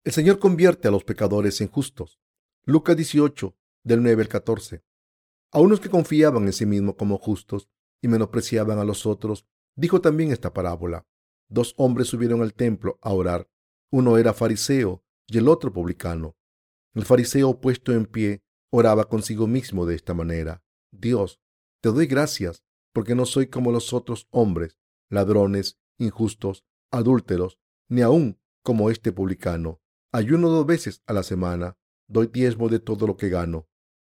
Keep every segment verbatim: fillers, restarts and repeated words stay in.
El Señor convierte a los pecadores en justos. Lucas dieciocho, del nueve al catorce. A unos que confiaban en sí mismos como justos y menospreciaban a los otros, dijo también esta parábola. Dos hombres subieron al templo a orar. Uno era fariseo y el otro publicano. El fariseo, puesto en pie, oraba consigo mismo de esta manera: Dios, te doy gracias porque no soy como los otros hombres, ladrones, injustos, adúlteros, ni aun como este publicano. Ayuno dos veces a la semana, doy diezmo de todo lo que gano.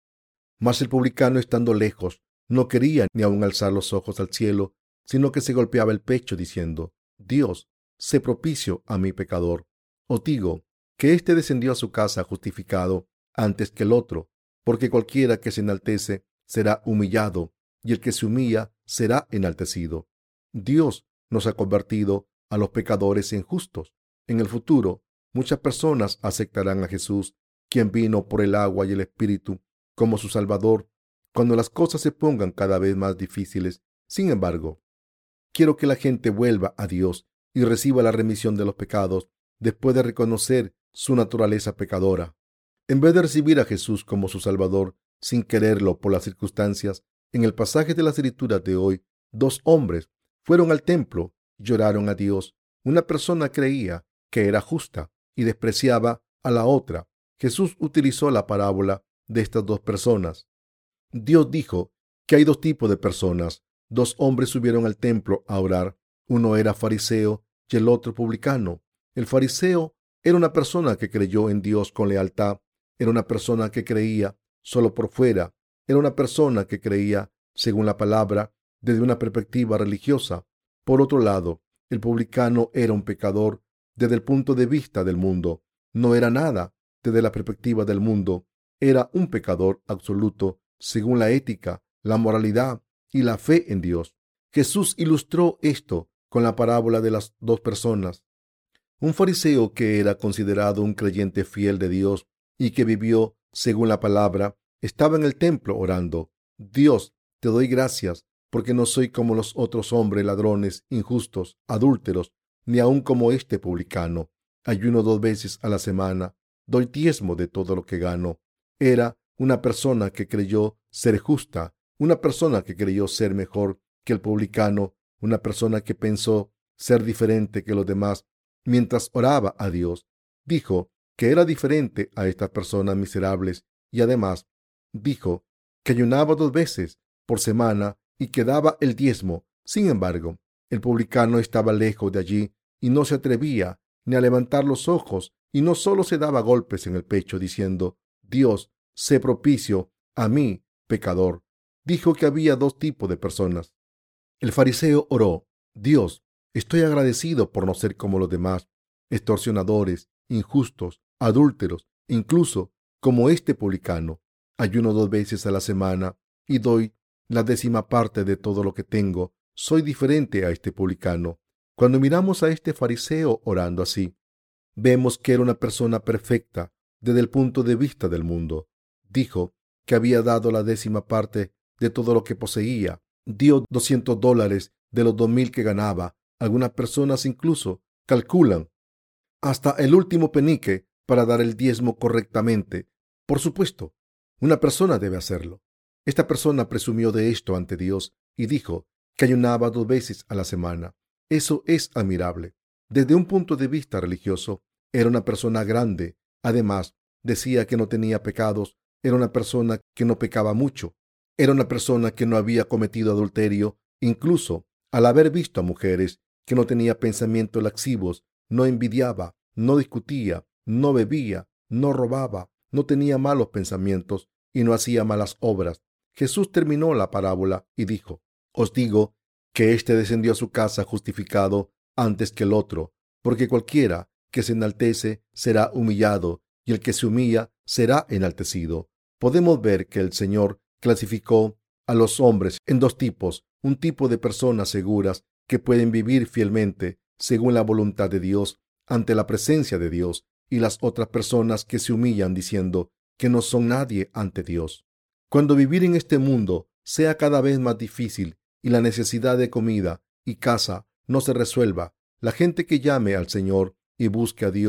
Mas el publicano, estando lejos, no quería ni aun alzar los ojos al cielo, sino que se golpeaba el pecho, diciendo: Dios, sé propicio a mi pecador. Os digo que éste descendió a su casa justificado antes que el otro, porque cualquiera que se enaltece será humillado, y el que se humilla será enaltecido. Dios nos ha convertido a los pecadores en justos. En el futuro, muchas personas aceptarán a Jesús, quien vino por el agua y el Espíritu, como su Salvador, cuando las cosas se pongan cada vez más difíciles. Sin embargo, quiero que la gente vuelva a Dios y reciba la remisión de los pecados después de reconocer su naturaleza pecadora. En vez de recibir a Jesús como su Salvador sin quererlo por las circunstancias, en el pasaje de las Escrituras de hoy, dos hombres fueron al templo y lloraron a Dios. Una persona creía que era justa y despreciaba a la otra. Jesús utilizó la parábola de estas dos personas. Dios dijo que hay dos tipos de personas. Dos hombres subieron al templo a orar. Uno era fariseo y el otro publicano. El fariseo era una persona que creyó en Dios con lealtad. Era una persona que creía solo por fuera. Era una persona que creía según la palabra desde una perspectiva religiosa. Por otro lado, el publicano era un pecador desde el punto de vista del mundo. No era nada desde la perspectiva del mundo. Era un pecador absoluto según la ética, la moralidad y la fe en Dios. Jesús ilustró esto con la parábola de las dos personas. Un fariseo que era considerado un creyente fiel de Dios y que vivió según la palabra, estaba en el templo orando: Dios, te doy gracias porque no soy como los otros hombres, ladrones, injustos, adúlteros, ni aun como este publicano. Ayuno dos veces a la semana, doy diezmo de todo lo que gano. Era una persona que creyó ser justa, una persona que creyó ser mejor que el publicano, una persona que pensó ser diferente que los demás. Mientras oraba a Dios, dijo que era diferente a estas personas miserables y además dijo que ayunaba dos veces por semana y que daba el diezmo. Sin embargo, el publicano estaba lejos de allí y no se atrevía ni a levantar los ojos, y no solo se daba golpes en el pecho diciendo: Dios, sé propicio a mí, pecador. Dijo que había dos tipos de personas. El fariseo oró: Dios, estoy agradecido por no ser como los demás, extorsionadores, injustos, adúlteros, incluso como este publicano. Ayuno dos veces a la semana y doy la décima parte de todo lo que tengo. Soy diferente a este publicano. Cuando miramos a este fariseo orando así, vemos que era una persona perfecta desde el punto de vista del mundo. Dijo que había dado la décima parte de todo lo que poseía. Dio doscientos dólares de los dos mil que ganaba. Algunas personas incluso calculan hasta el último penique para dar el diezmo correctamente. Por supuesto, una persona debe hacerlo. Esta persona presumió de esto ante Dios y dijo que ayunaba dos veces a la semana. Eso es admirable. Desde un punto de vista religioso, era una persona grande. Además, decía que no tenía pecados. Era una persona que no pecaba mucho. Era una persona que no había cometido adulterio. Incluso al haber visto a mujeres, que no tenía pensamientos lascivos, no envidiaba, no discutía, no bebía, no robaba, no tenía malos pensamientos y no hacía malas obras. Jesús terminó la parábola y dijo: Os digo que éste descendió a su casa justificado antes que el otro, porque cualquiera que se enaltece será humillado, y el que se humilla será enaltecido. Podemos ver que el Señor clasificó a los hombres en dos tipos: un tipo de personas seguras que pueden vivir fielmente según la voluntad de Dios ante la presencia de Dios, y las otras personas que se humillan diciendo que no son nadie ante Dios. Cuando vivir en este mundo sea cada vez más difícil y la necesidad de comida y casa no se resuelva, la gente que llame al Señor y busque a Dios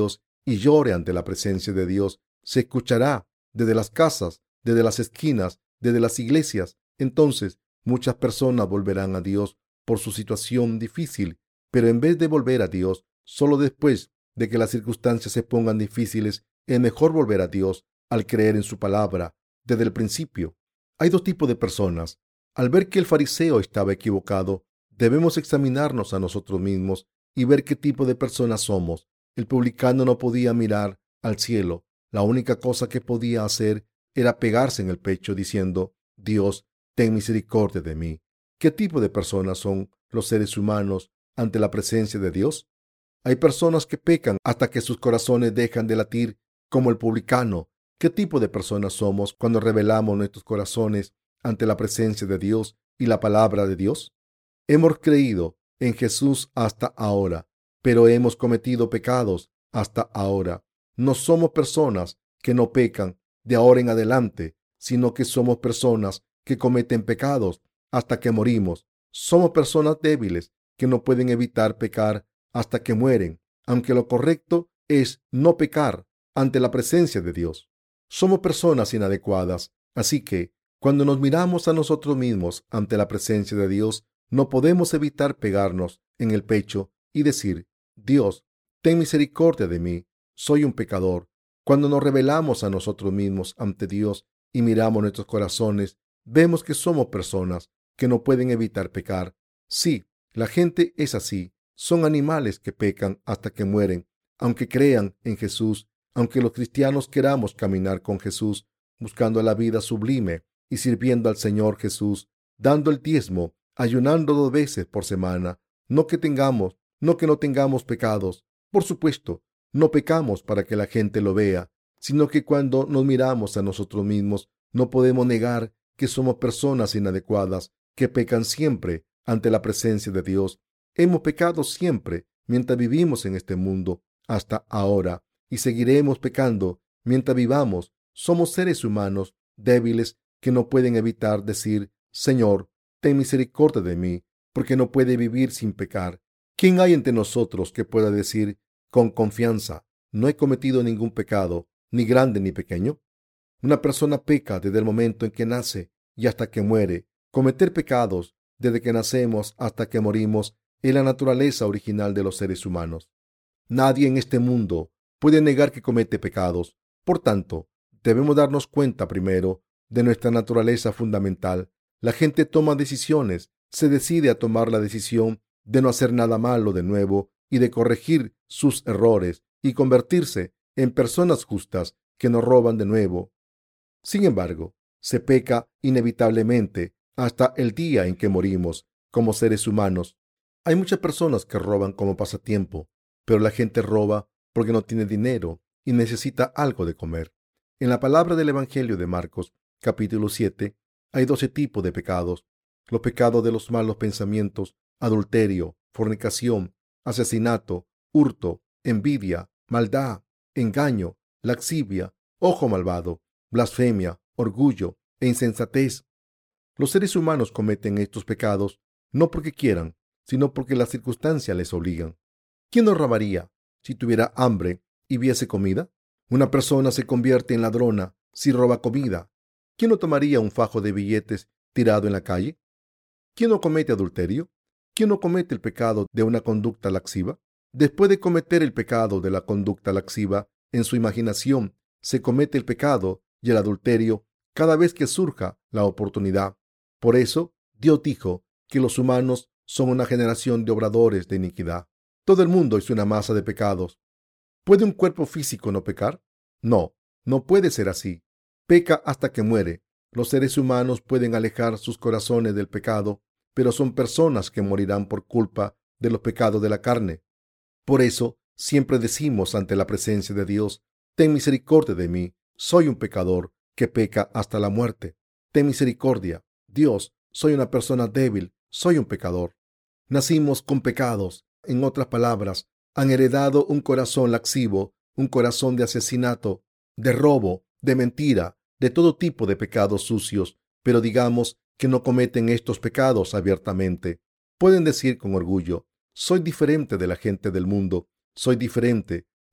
y llore ante la presencia de Dios se escuchará desde las casas, desde las esquinas, desde las iglesias. Entonces muchas personas volverán a Dios por su situación difícil, pero en vez de volver a Dios solo después de que las circunstancias se pongan difíciles, es mejor volver a Dios al creer en su palabra desde el principio. Hay dos tipos de personas. Al ver que el fariseo estaba equivocado, debemos examinarnos a nosotros mismos y ver qué tipo de personas somos. El publicano no podía mirar al cielo. La única cosa que podía hacer era pegarse en el pecho diciendo: Dios, ten misericordia de mí. ¿Qué tipo de personas son los seres humanos ante la presencia de Dios? Hay personas que pecan hasta que sus corazones dejan de latir, como el publicano. ¿Qué tipo de personas somos cuando revelamos nuestros corazones ante la presencia de Dios y la palabra de Dios? Hemos creído en Jesús hasta ahora, pero hemos cometido pecados hasta ahora. No somos personas que no pecan de ahora en adelante, sino que somos personas que cometen pecados hasta que morimos. Somos personas débiles que no pueden evitar pecar hasta que mueren, aunque lo correcto es no pecar ante la presencia de Dios. Somos personas inadecuadas, así que cuando nos miramos a nosotros mismos ante la presencia de Dios, no podemos evitar pegarnos en el pecho y decir: Dios, ten misericordia de mí, soy un pecador. Cuando nos revelamos a nosotros mismos ante Dios y miramos nuestros corazones, vemos que somos personas que no pueden evitar pecar. Sí, la gente es así. Son animales que pecan hasta que mueren, aunque crean en Jesús, aunque los cristianos queramos caminar con Jesús, buscando la vida sublime y sirviendo al Señor Jesús, dando el diezmo, ayunando dos veces por semana. No que tengamos, no que no tengamos pecados. Por supuesto, no pecamos para que la gente lo vea, sino que cuando nos miramos a nosotros mismos, no podemos negar que somos personas inadecuadas, que pecan siempre ante la presencia de Dios. Hemos pecado siempre mientras vivimos en este mundo, hasta ahora, y seguiremos pecando mientras vivamos. Somos seres humanos débiles que no pueden evitar decir: Señor, ten misericordia de mí, porque no puede vivir sin pecar. ¿Quién hay entre nosotros que pueda decir con confianza: no he cometido ningún pecado, ni grande ni pequeño? Una persona peca desde el momento en que nace y hasta que muere. Cometer pecados desde que nacemos hasta que morimos es la naturaleza original de los seres humanos. Nadie en este mundo puede negar que comete pecados. Por tanto, debemos darnos cuenta primero de nuestra naturaleza fundamental. La gente toma decisiones, se decide a tomar la decisión de no hacer nada malo de nuevo y de corregir sus errores y convertirse en personas justas que no roban de nuevo. Sin embargo, se peca inevitablemente hasta el día en que morimos como seres humanos. Hay muchas personas que roban como pasatiempo, pero la gente roba porque no tiene dinero y necesita algo de comer. En la palabra del Evangelio de Marcos, capítulo siete, hay doce tipos de pecados. Los pecados de los malos pensamientos: adulterio, fornicación, asesinato, hurto, envidia, maldad, engaño, lascivia, ojo malvado, blasfemia, orgullo e insensatez. Los seres humanos cometen estos pecados no porque quieran, sino porque las circunstancias les obligan. ¿Quién no robaría si tuviera hambre y viese comida? Una persona se convierte en ladrona si roba comida. ¿Quién no tomaría un fajo de billetes tirado en la calle? ¿Quién no comete adulterio? ¿Quién no comete el pecado de una conducta lasciva? Después de cometer el pecado de la conducta lasciva, en su imaginación se comete el pecado y el adulterio cada vez que surja la oportunidad. Por eso, Dios dijo que los humanos son una generación de obradores de iniquidad. Todo el mundo es una masa de pecados. ¿Puede un cuerpo físico no pecar? No, no puede ser así. Peca hasta que muere. Los seres humanos pueden alejar sus corazones del pecado, pero son personas que morirán por culpa de los pecados de la carne. Por eso, siempre decimos ante la presencia de Dios: ten misericordia de mí, soy un pecador que peca hasta la muerte. Ten misericordia. Dios, soy una persona débil, soy un pecador. Nacimos con pecados. En otras palabras, han heredado un corazón lascivo, un corazón de asesinato, de robo, de mentira, de todo tipo de pecados sucios, pero digamos que no cometen estos pecados abiertamente. Pueden decir con orgullo: soy diferente de la gente del mundo, soy diferente,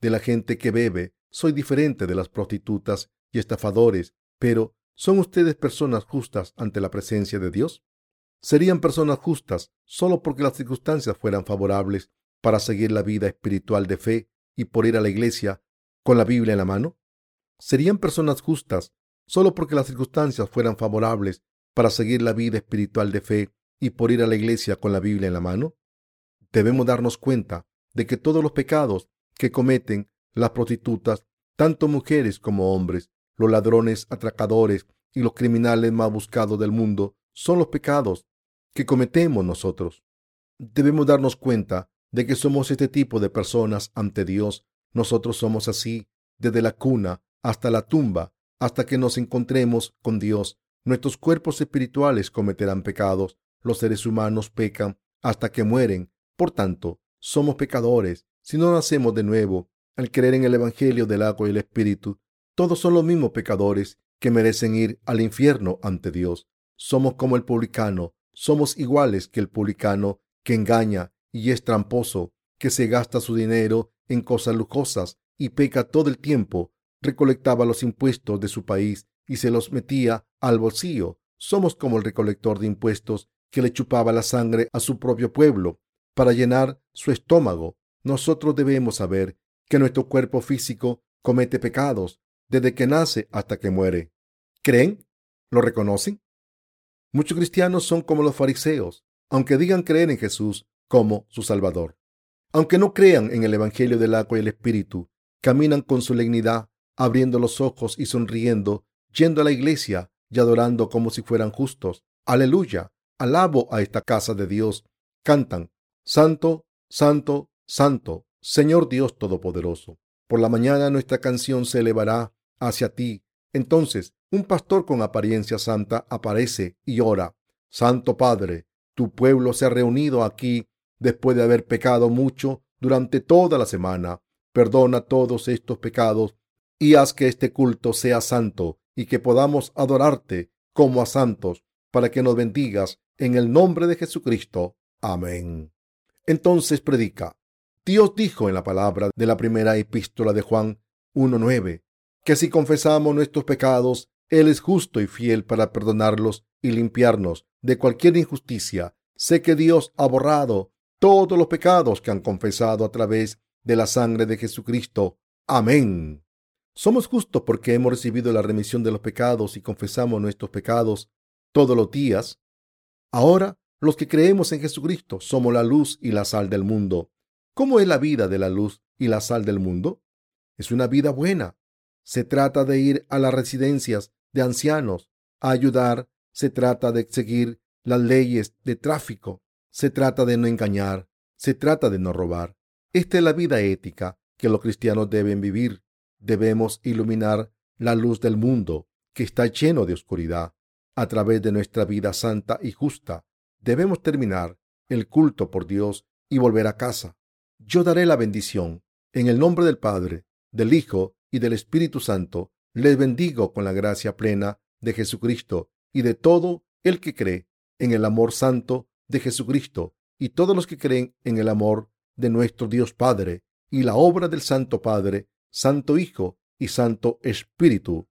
de la gente que bebe. Soy diferente de las prostitutas y estafadores, pero ¿son ustedes personas justas ante la presencia de Dios? ¿Serían personas justas solo porque las circunstancias fueran favorables para seguir la vida espiritual de fe y por ir a la iglesia con la Biblia en la mano? ¿Serían personas justas solo porque las circunstancias fueran favorables para seguir la vida espiritual de fe y por ir a la iglesia con la Biblia en la mano? Debemos darnos cuenta de que todos los pecados que cometen las prostitutas, tanto mujeres como hombres, los ladrones, atracadores y los criminales más buscados del mundo, son los pecados que cometemos nosotros. Debemos darnos cuenta de que somos este tipo de personas ante Dios. Nosotros somos así desde la cuna hasta la tumba, hasta que nos encontremos con Dios. Nuestros cuerpos espirituales cometerán pecados. Los seres humanos pecan hasta que mueren. Por tanto, somos pecadores. Si no nacemos de nuevo, al creer en el Evangelio del agua y el Espíritu, todos son los mismos pecadores que merecen ir al infierno ante Dios. Somos como el publicano. Somos iguales que el publicano que engaña y es tramposo, que se gasta su dinero en cosas lujosas y peca todo el tiempo. Recolectaba los impuestos de su país y se los metía al bolsillo. Somos como el recolector de impuestos que le chupaba la sangre a su propio pueblo para llenar su estómago. Nosotros debemos saber que nuestro cuerpo físico comete pecados desde que nace hasta que muere. ¿Creen? ¿Lo reconocen? Muchos cristianos son como los fariseos, aunque digan creer en Jesús como su Salvador. Aunque no crean en el Evangelio del agua y el Espíritu, caminan con solemnidad, abriendo los ojos y sonriendo, yendo a la iglesia y adorando como si fueran justos. Aleluya, alabo a esta casa de Dios. Cantan, Santo, Santo, Santo, Señor Dios Todopoderoso. Por la mañana nuestra canción se elevará hacia ti. Entonces, un pastor con apariencia santa aparece y ora. Santo Padre, tu pueblo se ha reunido aquí después de haber pecado mucho durante toda la semana. Perdona todos estos pecados y haz que este culto sea santo y que podamos adorarte como a santos, para que nos bendigas en el nombre de Jesucristo. Amén. Entonces predica. Dios dijo en la palabra de la primera epístola de Juan uno nueve, que si confesamos nuestros pecados, Él es justo y fiel para perdonarlos y limpiarnos de cualquier injusticia. Sé que Dios ha borrado todos los pecados que han confesado a través de la sangre de Jesucristo. Amén. Somos justos porque hemos recibido la remisión de los pecados y confesamos nuestros pecados todos los días. Ahora, los que creemos en Jesucristo somos la luz y la sal del mundo. ¿Cómo es la vida de la luz y la sal del mundo? Es una vida buena. Se trata de ir a las residencias de ancianos a ayudar. Se trata de seguir las leyes de tráfico. Se trata de no engañar. Se trata de no robar. Esta es la vida ética que los cristianos deben vivir. Debemos iluminar la luz del mundo que está lleno de oscuridad a través de nuestra vida santa y justa. Debemos terminar el culto por Dios y volver a casa. Yo daré la bendición en el nombre del Padre, del Hijo y del Espíritu Santo. Les bendigo con la gracia plena de Jesucristo y de todo el que cree en el amor santo de Jesucristo y todos los que creen en el amor de nuestro Dios Padre y la obra del Santo Padre, Santo Hijo y Santo Espíritu.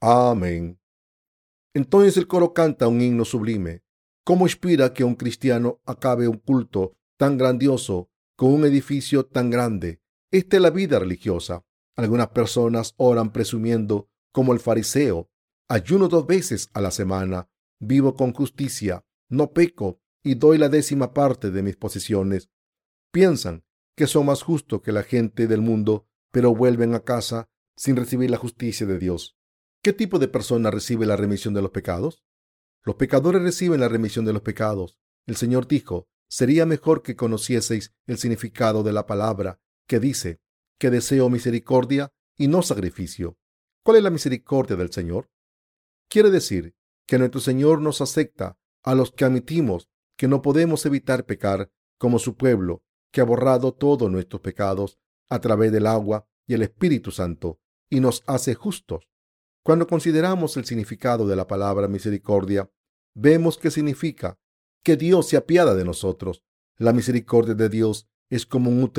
Amén. Entonces el coro canta un himno sublime. ¿Cómo inspira que un cristiano acabe un culto tan grandioso con un edificio tan grande? Esta es la vida religiosa. Algunas personas oran presumiendo como el fariseo. Ayuno dos veces a la semana. Vivo con justicia. No peco y doy la décima parte de mis posesiones. Piensan que son más justos que la gente del mundo, pero vuelven a casa sin recibir la justicia de Dios. ¿Qué tipo de persona recibe la remisión de los pecados? Los pecadores reciben la remisión de los pecados. El Señor dijo, sería mejor que conocieseis el significado de la palabra que dice, que deseo misericordia y no sacrificio. ¿Cuál es la misericordia del Señor? Quiere decir que nuestro Señor nos acepta a los que admitimos que no podemos evitar pecar, como su pueblo, que ha borrado todos nuestros pecados a través del agua y el Espíritu Santo, y nos hace justos. Cuando consideramos el significado de la palabra misericordia, vemos que significa que Dios se apiada de nosotros. La misericordia de Dios es como un útero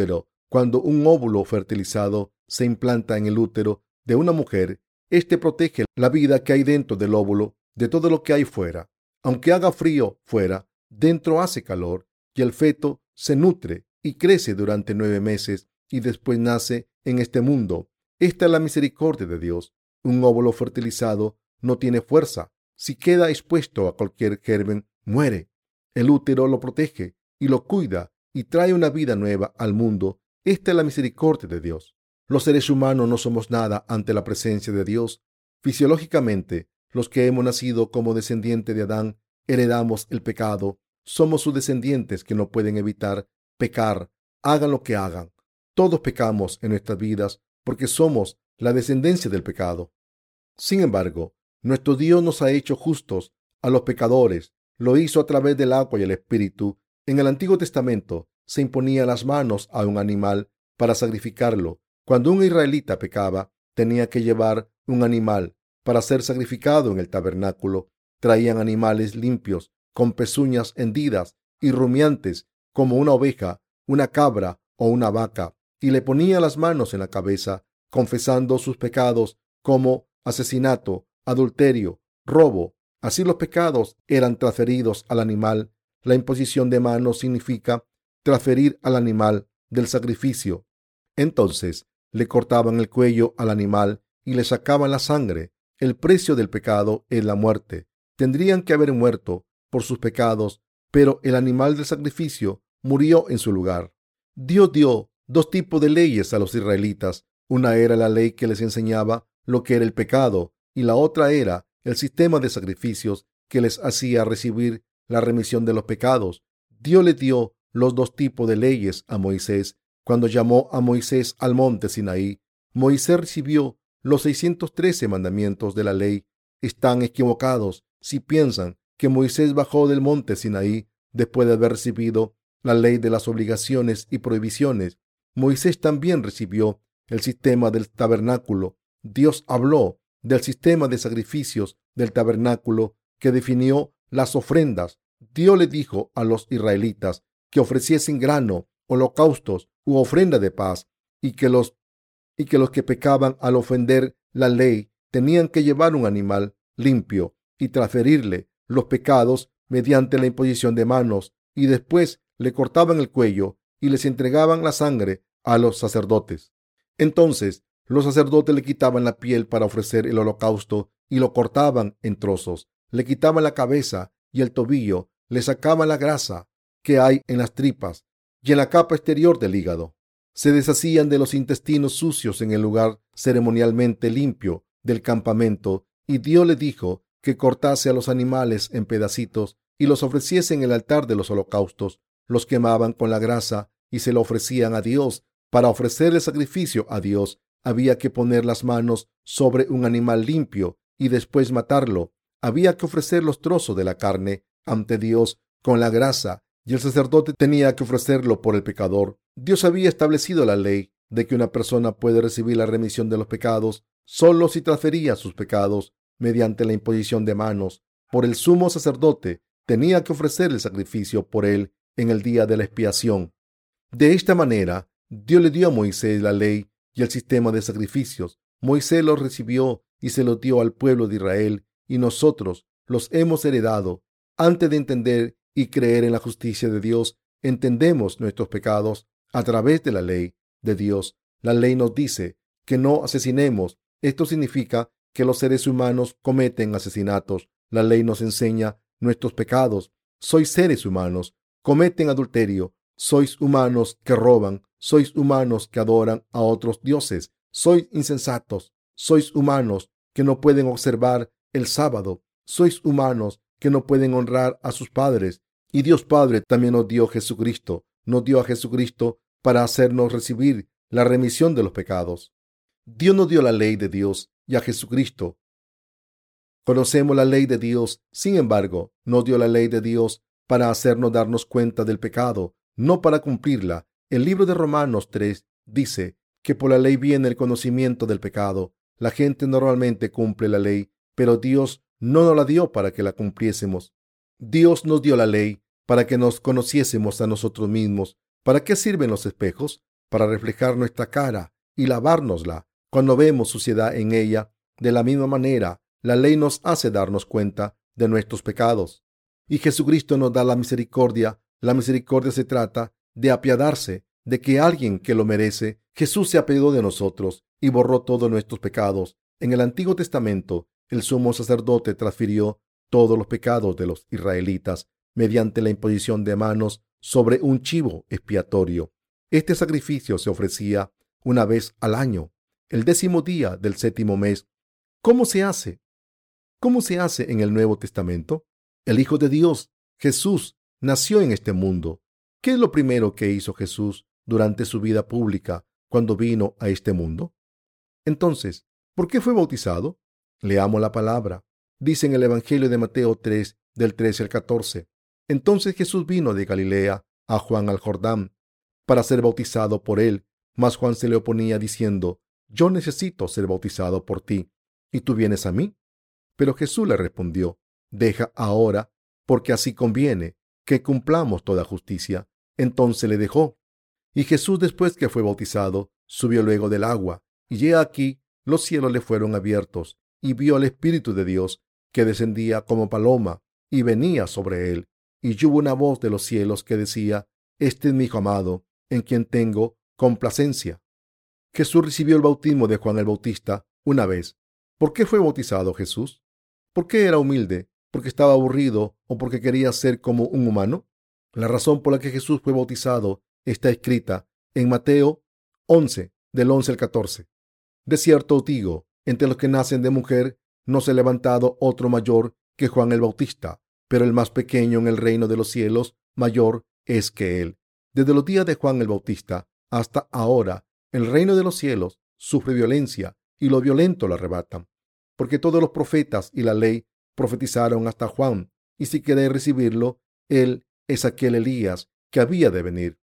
Cuando un óvulo fertilizado se implanta en el útero de una mujer, éste protege la vida que hay dentro del óvulo de todo lo que hay fuera. Aunque haga frío fuera, dentro hace calor y el feto se nutre y crece durante nueve meses y después nace en este mundo. Esta es la misericordia de Dios. Un óvulo fertilizado no tiene fuerza. Si queda expuesto a cualquier germen, muere. El útero lo protege y lo cuida y trae una vida nueva al mundo. Esta es la misericordia de Dios. Los seres humanos no somos nada ante la presencia de Dios. Fisiológicamente, los que hemos nacido como descendientes de Adán, heredamos el pecado. Somos sus descendientes que no pueden evitar pecar, hagan lo que hagan. Todos pecamos en nuestras vidas porque somos la descendencia del pecado. Sin embargo, nuestro Dios nos ha hecho justos a los pecadores. Lo hizo a través del agua y el Espíritu. En el Antiguo Testamento se imponía las manos a un animal para sacrificarlo. Cuando un israelita pecaba, tenía que llevar un animal para ser sacrificado en el tabernáculo. Traían animales limpios, con pezuñas hendidas y rumiantes, como una oveja, una cabra o una vaca, y le ponían las manos en la cabeza, confesando sus pecados como asesinato, adulterio, robo. Así los pecados eran transferidos al animal. La imposición de manos significa transferir al animal del sacrificio. Entonces le cortaban el cuello al animal y le sacaban la sangre. El precio del pecado es la muerte. Tendrían que haber muerto por sus pecados, pero el animal del sacrificio murió en su lugar. Dios dio dos tipos de leyes a los israelitas. Una era la ley que les enseñaba lo que era el pecado y la otra era el sistema de sacrificios que les hacía recibir la remisión de los pecados. Dios le dio los dos tipos de leyes a Moisés cuando llamó a Moisés al monte Sinaí. Moisés recibió los seiscientos trece mandamientos de la ley. Están equivocados si piensan que Moisés bajó del monte Sinaí después de haber recibido la ley de las obligaciones y prohibiciones. Moisés también recibió el sistema del tabernáculo. Dios habló del sistema de sacrificios del tabernáculo que definió las ofrendas. Dios le dijo a los israelitas que ofreciesen grano, holocaustos u ofrenda de paz, y que los y que los que pecaban al ofender la ley tenían que llevar un animal limpio y transferirle los pecados mediante la imposición de manos, y después le cortaban el cuello y les entregaban la sangre a los sacerdotes. Entonces los sacerdotes le quitaban la piel para ofrecer el holocausto y lo cortaban en trozos. Le quitaban la cabeza y el tobillo, le sacaban la grasa que hay en las tripas y en la capa exterior del hígado. Se deshacían de los intestinos sucios en el lugar ceremonialmente limpio del campamento, y Dios le dijo que cortase a los animales en pedacitos y los ofreciese en el altar de los holocaustos. Los quemaban con la grasa y se lo ofrecían a Dios. Para ofrecer el sacrificio a Dios había que poner las manos sobre un animal limpio y después matarlo. Había que ofrecer los trozos de la carne ante Dios con la grasa, y el sacerdote tenía que ofrecerlo por el pecador. Dios había establecido la ley de que una persona puede recibir la remisión de los pecados solo si transfería sus pecados mediante la imposición de manos. Por el sumo sacerdote tenía que ofrecer el sacrificio por él en el día de la expiación. De esta manera, Dios le dio a Moisés la ley y el sistema de sacrificios. Moisés los recibió y se los dio al pueblo de Israel, y nosotros los hemos heredado. Antes de entender y creer en la justicia de Dios, entendemos nuestros pecados a través de la ley de Dios. La ley nos dice que no asesinemos. Esto significa que los seres humanos cometen asesinatos. La ley nos enseña nuestros pecados. Sois seres humanos, cometen adulterio. Sois humanos que roban. Sois humanos que adoran a otros dioses. Sois insensatos. Sois humanos que no pueden observar el sábado. Sois humanos que no pueden honrar a sus padres. Y Dios Padre también nos dio Jesucristo. Nos dio a Jesucristo para hacernos recibir la remisión de los pecados. Dios nos dio la ley de Dios y a Jesucristo. Conocemos la ley de Dios. Sin embargo, nos dio la ley de Dios para hacernos darnos cuenta del pecado, no para cumplirla. El libro de Romanos tres dice que por la ley viene el conocimiento del pecado. La gente normalmente cumple la ley, pero Dios no nos la dio para que la cumpliésemos. Dios nos dio la ley para que nos conociésemos a nosotros mismos. ¿Para qué sirven los espejos? para reflejar nuestra cara y lavárnosla cuando vemos suciedad en ella. De la misma manera, la ley nos hace darnos cuenta de nuestros pecados. Y Jesucristo nos da la misericordia. La misericordia se trata de apiadarse de que alguien que lo merece. Jesús se apiadó de nosotros y borró todos nuestros pecados. En el Antiguo Testamento, el sumo sacerdote transfirió todos los pecados de los israelitas mediante la imposición de manos sobre un chivo expiatorio. Este sacrificio se ofrecía una vez al año, el décimo día del séptimo mes. ¿Cómo se hace? ¿Cómo se hace en el Nuevo Testamento? El Hijo de Dios, Jesús, nació en este mundo. ¿Qué es lo primero que hizo Jesús durante su vida pública cuando vino a este mundo? Entonces, ¿por qué fue bautizado? Leamos la palabra. Dice en el Evangelio de Mateo tres, del trece al catorce. Entonces Jesús vino de Galilea a Juan al Jordán para ser bautizado por él, mas Juan se le oponía diciendo: Yo necesito ser bautizado por ti, ¿y tú vienes a mí? Pero Jesús le respondió: Deja ahora, porque así conviene que cumplamos toda justicia. Entonces le dejó. Y Jesús, después que fue bautizado, subió luego del agua, y he aquí los cielos le fueron abiertos, y vio al Espíritu de Dios que descendía como paloma y venía sobre él. Y hubo una voz de los cielos que decía: Este es mi Hijo amado, en quien tengo complacencia. Jesús recibió el bautismo de Juan el Bautista una vez. ¿Por qué fue bautizado Jesús? ¿Por qué era humilde? ¿Porque estaba aburrido o porque quería ser como un humano? La razón por la que Jesús fue bautizado está escrita en Mateo once, del once al catorce. De cierto os digo, entre los que nacen de mujer no se ha levantado otro mayor que Juan el Bautista, pero el más pequeño en el reino de los cielos mayor es que él. Desde los días de Juan el Bautista hasta ahora, el reino de los cielos sufre violencia y los violentos lo arrebatan. Porque todos los profetas y la ley profetizaron hasta Juan, y si queréis recibirlo, él es aquel Elías que había de venir.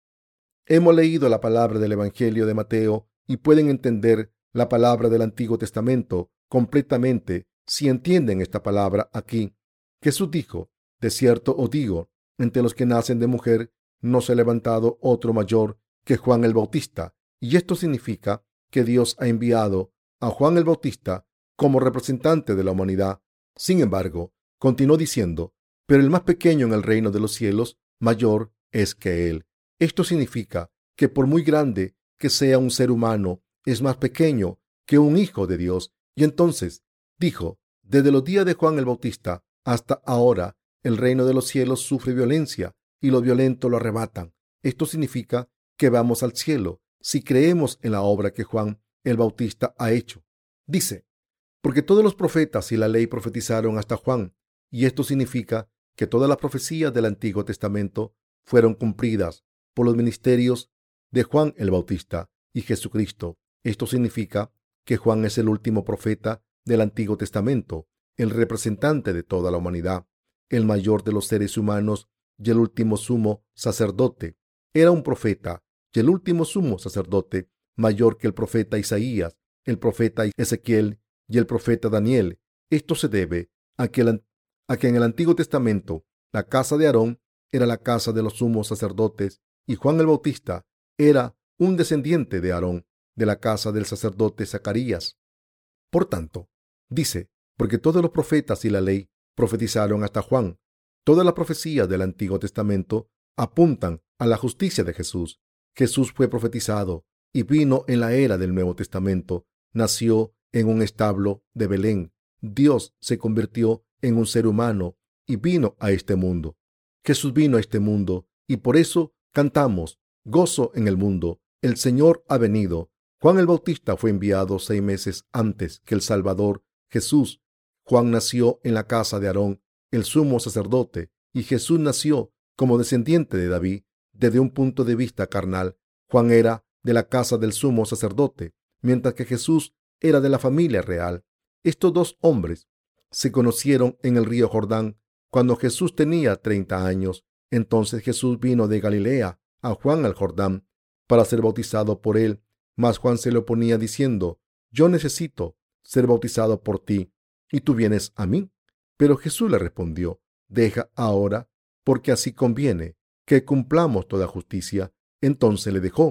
Hemos leído la palabra del Evangelio de Mateo y pueden entender la palabra del Antiguo Testamento completamente si entienden esta palabra aquí. Jesús dijo: De cierto os digo, entre los que nacen de mujer no se ha levantado otro mayor que Juan el Bautista. Y esto significa que Dios ha enviado a Juan el Bautista como representante de la humanidad. Sin embargo, continuó diciendo: Pero el más pequeño en el reino de los cielos mayor es que él. Esto significa que por muy grande que sea un ser humano, es más pequeño que un hijo de Dios. Y entonces dijo: Desde los días de Juan el Bautista hasta ahora, el reino de los cielos sufre violencia y los violentos lo arrebatan. Esto significa que vamos al cielo si creemos en la obra que Juan el Bautista ha hecho. Dice: Porque todos los profetas y la ley profetizaron hasta Juan, y esto significa que todas las profecías del Antiguo Testamento fueron cumplidas por los ministerios de Juan el Bautista y Jesucristo. Esto significa que Juan es el último profeta del Antiguo Testamento, el representante de toda la humanidad, el mayor de los seres humanos y el último sumo sacerdote. Era un profeta y el último sumo sacerdote, mayor que el profeta Isaías, el profeta Ezequiel y el profeta Daniel. Esto se debe a que, el, a que en el Antiguo Testamento la casa de Aarón era la casa de los sumos sacerdotes y Juan el Bautista era un descendiente de Aarón, de la casa del sacerdote Zacarías. Por tanto, dice: Porque todos los profetas y la ley profetizaron hasta Juan. Todas las profecías del Antiguo Testamento apuntan a la justicia de Jesús. Jesús fue profetizado y vino en la era del Nuevo Testamento. Nació en un establo de Belén. Dios se convirtió en un ser humano y vino a este mundo. Jesús vino a este mundo y por eso cantamos: Gozo en el mundo, el Señor ha venido. Juan el Bautista fue enviado seis meses antes que el Salvador Jesús. Juan nació en la casa de Aarón, el sumo sacerdote, y Jesús nació como descendiente de David. Desde un punto de vista carnal, Juan era de la casa del sumo sacerdote, mientras que Jesús era de la familia real. Estos dos hombres se conocieron en el río Jordán cuando Jesús tenía treinta años. Entonces Jesús vino de Galilea a Juan al Jordán para ser bautizado por él. Mas Juan se le oponía diciendo: Yo necesito ser bautizado por ti, ¿y tú vienes a mí? Pero Jesús le respondió: Deja ahora, porque así conviene que cumplamos toda justicia. Entonces le dejó.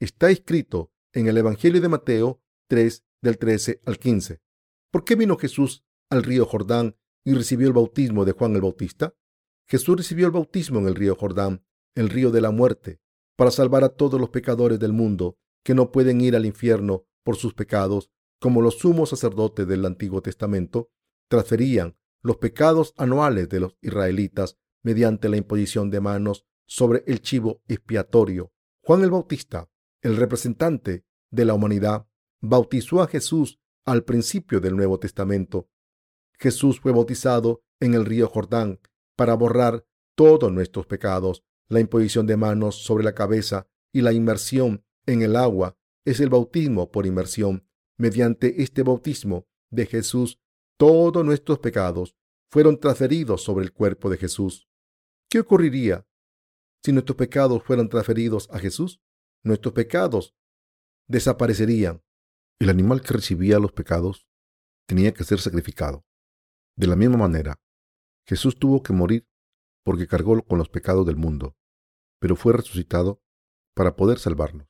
está escrito en el Evangelio de Mateo tres, del trece al quince. ¿Por qué vino Jesús al río Jordán y recibió el bautismo de Juan el Bautista? Jesús recibió el bautismo en el río Jordán, el río de la muerte, para salvar a todos los pecadores del mundo que no pueden ir al infierno por sus pecados, como los sumos sacerdotes del Antiguo Testamento transferían los pecados anuales de los israelitas mediante la imposición de manos sobre el chivo expiatorio. Juan el Bautista, el representante de la humanidad, bautizó a Jesús al principio del Nuevo Testamento. Jesús fue bautizado en el río Jordán para borrar todos nuestros pecados. La imposición de manos sobre la cabeza y la inmersión en el agua es el bautismo por inmersión. Mediante este bautismo de Jesús, todos nuestros pecados fueron transferidos sobre el cuerpo de Jesús. ¿Qué ocurriría si nuestros pecados fueran transferidos a Jesús? Nuestros pecados desaparecerían. El animal que recibía los pecados tenía que ser sacrificado. De la misma manera, Jesús tuvo que morir porque cargó con los pecados del mundo, pero fue resucitado para poder salvarnos.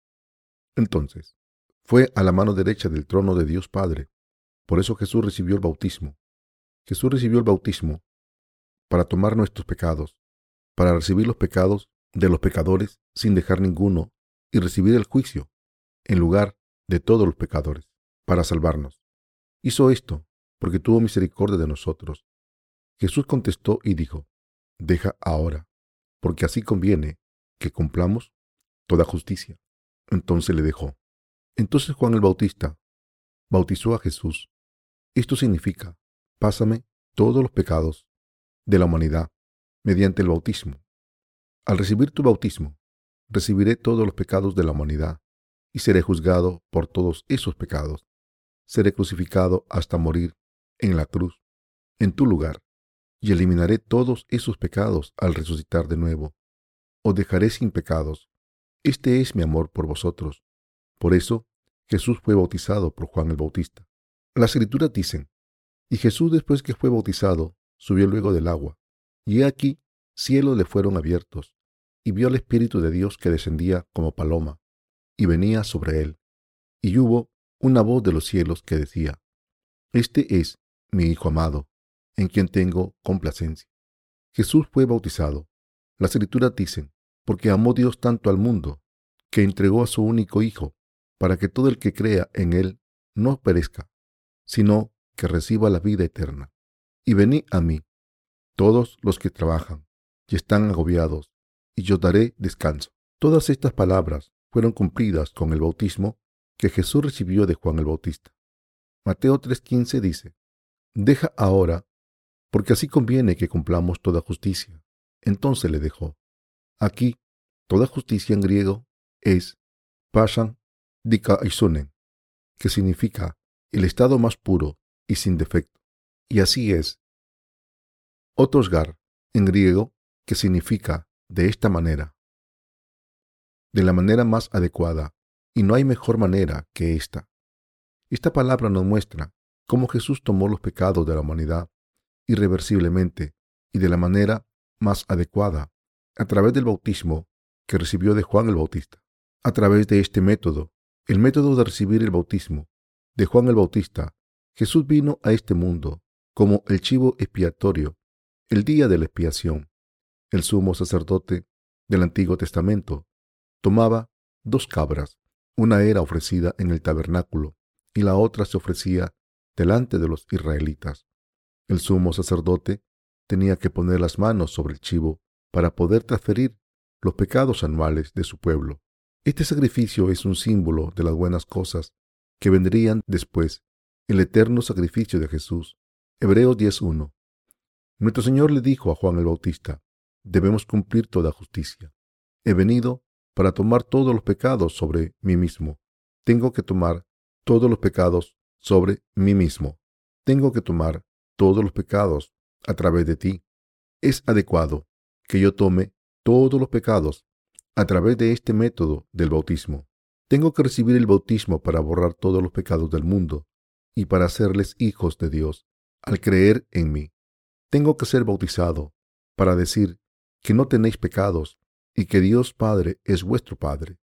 Entonces, fue a la mano derecha del trono de Dios Padre. Por eso Jesús recibió el bautismo. Jesús recibió el bautismo para tomar nuestros pecados, para recibir los pecados de los pecadores sin dejar ninguno y recibir el juicio en lugar de todos los pecadores, para salvarnos. Hizo esto porque tuvo misericordia de nosotros. Jesús contestó y dijo: deja ahora, porque así conviene que cumplamos toda justicia. Entonces le dejó. Entonces Juan el Bautista bautizó a Jesús. Esto significa: pásame todos los pecados de la humanidad mediante el bautismo. Al recibir tu bautismo, recibiré todos los pecados de la humanidad y seré juzgado por todos esos pecados. Seré crucificado hasta morir en la cruz, en tu lugar, y eliminaré todos esos pecados al resucitar de nuevo. Os dejaré sin pecados. Este es mi amor por vosotros. Por eso Jesús fue bautizado por Juan el Bautista. Las Escrituras dicen: y Jesús, después que fue bautizado, subió luego del agua, y he aquí cielos le fueron abiertos, y vio al Espíritu de Dios que descendía como paloma, y venía sobre él. Y hubo una voz de los cielos que decía: este es mi Hijo amado, en quien tengo complacencia. Jesús fue bautizado. Las Escrituras dicen: porque amó Dios tanto al mundo, que entregó a su único Hijo, para que todo el que crea en él no perezca, sino que reciba la vida eterna. Y venid a mí, todos los que trabajan y están agobiados, y yo daré descanso. Todas estas palabras fueron cumplidas con el bautismo que Jesús recibió de Juan el Bautista. Mateo tres quince dice: deja ahora, porque así conviene que cumplamos toda justicia. Entonces le dejó. Aquí, toda justicia en griego es pasan dikaisonen, que significa el estado más puro y sin defecto. Y así es otosgar en griego, que significa de esta manera, de la manera más adecuada, y no hay mejor manera que esta. Esta palabra nos muestra cómo Jesús tomó los pecados de la humanidad irreversiblemente y de la manera más adecuada, a través del bautismo que recibió de Juan el Bautista. A través de este método, el método de recibir el bautismo de Juan el Bautista, Jesús vino a este mundo como el chivo expiatorio, el día de la expiación. El sumo sacerdote del Antiguo Testamento tomaba dos cabras. Una era ofrecida en el tabernáculo y la otra se ofrecía delante de los israelitas. El sumo sacerdote tenía que poner las manos sobre el chivo para poder transferir los pecados anuales de su pueblo. Este sacrificio es un símbolo de las buenas cosas que vendrían después, el eterno sacrificio de Jesús. Hebreos diez uno. Nuestro Señor le dijo a Juan el Bautista: debemos cumplir toda justicia. He venido para tomar todos los pecados sobre mí mismo. Tengo que tomar todos los pecados sobre mí mismo. Tengo que tomar todos los pecados a través de ti. Es adecuado que yo tome todos los pecados a través de este método del bautismo. Tengo que recibir el bautismo para borrar todos los pecados del mundo y para hacerles hijos de Dios al creer en mí. Tengo que ser bautizado para decir que no tenéis pecados y que Dios Padre es vuestro Padre.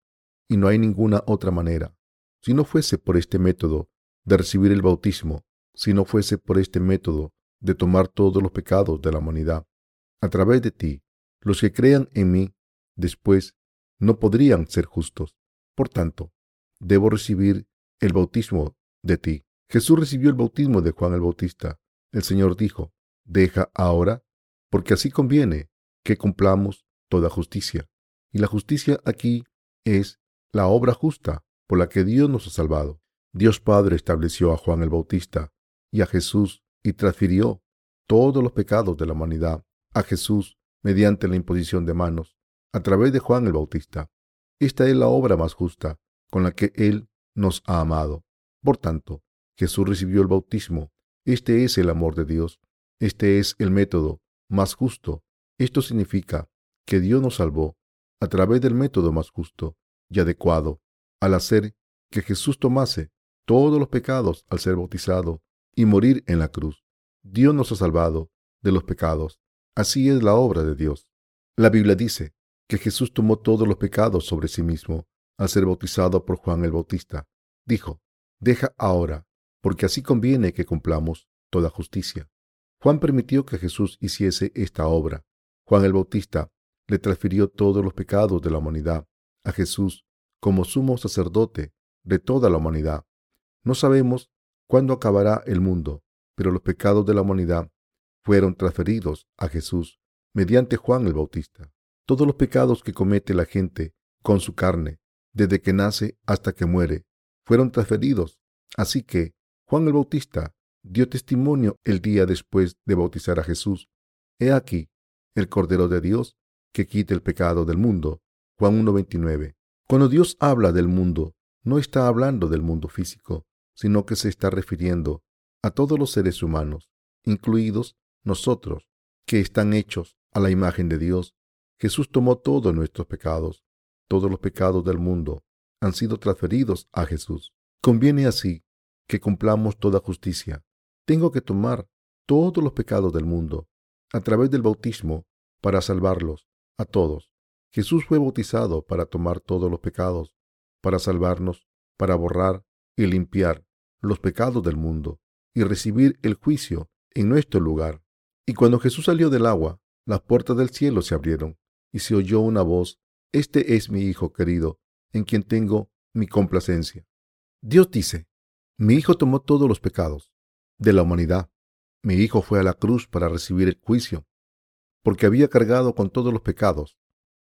y no hay ninguna otra manera. Si no fuese por este método de recibir el bautismo, si no fuese por este método de tomar todos los pecados de la humanidad, a través de ti, los que crean en mí después no podrían ser justos. Por tanto, debo recibir el bautismo de ti. Jesús recibió el bautismo de Juan el Bautista. El Señor dijo, deja ahora, porque así conviene que cumplamos toda justicia. Y la justicia aquí es la obra justa por la que Dios nos ha salvado. Dios Padre estableció a Juan el Bautista y a Jesús y transfirió todos los pecados de la humanidad a Jesús mediante la imposición de manos a través de Juan el Bautista. Esta es la obra más justa con la que Él nos ha amado. Por tanto, Jesús recibió el bautismo. Este es el amor de Dios. Este es el método más justo. Esto significa que Dios nos salvó a través del método más justo y adecuado, al hacer que Jesús tomase todos los pecados al ser bautizado y morir en la cruz. Dios nos ha salvado de los pecados. Así es la obra de Dios. La Biblia dice que Jesús tomó todos los pecados sobre sí mismo al ser bautizado por Juan el Bautista. Dijo, deja ahora, porque así conviene que cumplamos toda justicia. Juan permitió que Jesús hiciese esta obra. Juan el Bautista le transfirió todos los pecados de la humanidad a Jesús como sumo sacerdote de toda la humanidad. No sabemos cuándo acabará el mundo, pero los pecados de la humanidad fueron transferidos a Jesús mediante Juan el Bautista. Todos los pecados que comete la gente con su carne, desde que nace hasta que muere, fueron transferidos. Así que Juan el Bautista dio testimonio el día después de bautizar a Jesús. He aquí el Cordero de Dios que quita el pecado del mundo. Juan uno veintinueve. Cuando Dios habla del mundo, no está hablando del mundo físico, sino que se está refiriendo a todos los seres humanos, incluidos nosotros, que están hechos a la imagen de Dios. Jesús tomó todos nuestros pecados. Todos los pecados del mundo han sido transferidos a Jesús. Conviene así que cumplamos toda justicia. Tengo que tomar todos los pecados del mundo a través del bautismo para salvarlos a todos. Jesús fue bautizado para tomar todos los pecados, para salvarnos, para borrar y limpiar los pecados del mundo y recibir el juicio en nuestro lugar. Y cuando Jesús salió del agua, las puertas del cielo se abrieron y se oyó una voz: Este es mi Hijo querido, en quien tengo mi complacencia. Dios dice: mi Hijo tomó todos los pecados de la humanidad. Mi Hijo fue a la cruz para recibir el juicio, porque había cargado con todos los pecados.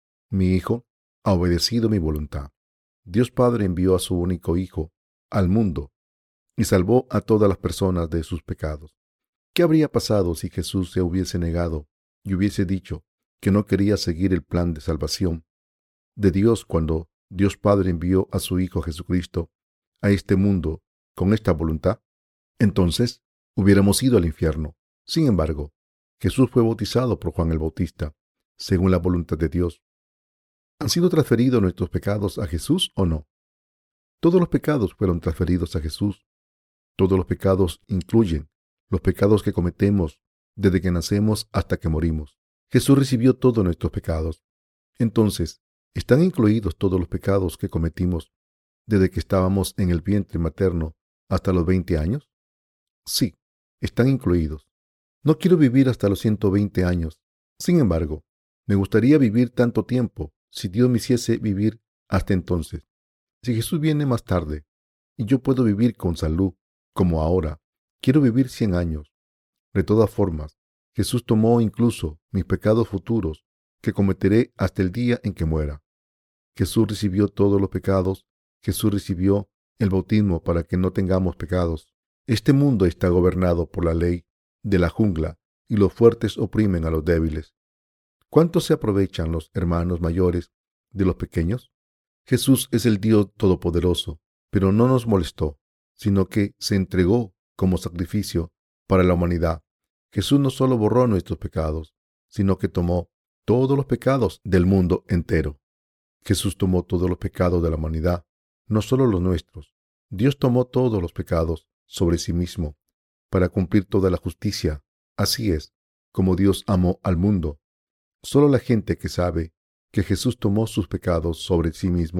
Mi Hijo ha obedecido mi voluntad. Dios Padre envió a su único Hijo al mundo y salvó a todas las personas de sus pecados. ¿Qué habría pasado si Jesús se hubiese negado y hubiese dicho que no quería seguir el plan de salvación de Dios cuando Dios Padre envió a su Hijo Jesucristo a este mundo con esta voluntad? Entonces hubiéramos ido al infierno. Sin embargo, Jesús fue bautizado por Juan el Bautista, según la voluntad de Dios. ¿Han sido transferidos nuestros pecados a Jesús o no? Todos los pecados fueron transferidos a Jesús. Todos los pecados incluyen los pecados que cometemos desde que nacemos hasta que morimos. Jesús recibió todos nuestros pecados. Entonces, ¿están incluidos todos los pecados que cometimos desde que estábamos en el vientre materno hasta los veinte años? Sí, están incluidos. No quiero vivir hasta los ciento veinte años. Sin embargo, me gustaría vivir tanto tiempo si Dios me hiciese vivir hasta entonces. Si Jesús viene más tarde y yo puedo vivir con salud como ahora, quiero vivir cien años. De todas formas, Jesús tomó incluso mis pecados futuros que cometeré hasta el día en que muera. Jesús recibió todos los pecados. Jesús recibió el bautismo para que no tengamos pecados. Este mundo está gobernado por la ley de la jungla y los fuertes oprimen a los débiles. ¿Cuánto se aprovechan los hermanos mayores de los pequeños? Jesús es el Dios Todopoderoso, pero no nos molestó, sino que se entregó como sacrificio para la humanidad. Jesús no solo borró nuestros pecados, sino que tomó todos los pecados del mundo entero. Jesús tomó todos los pecados de la humanidad, no solo los nuestros. Dios tomó todos los pecados sobre sí mismo para cumplir toda la justicia. Así es como Dios amó al mundo. Solo la gente que sabe que Jesús tomó sus pecados sobre sí mismo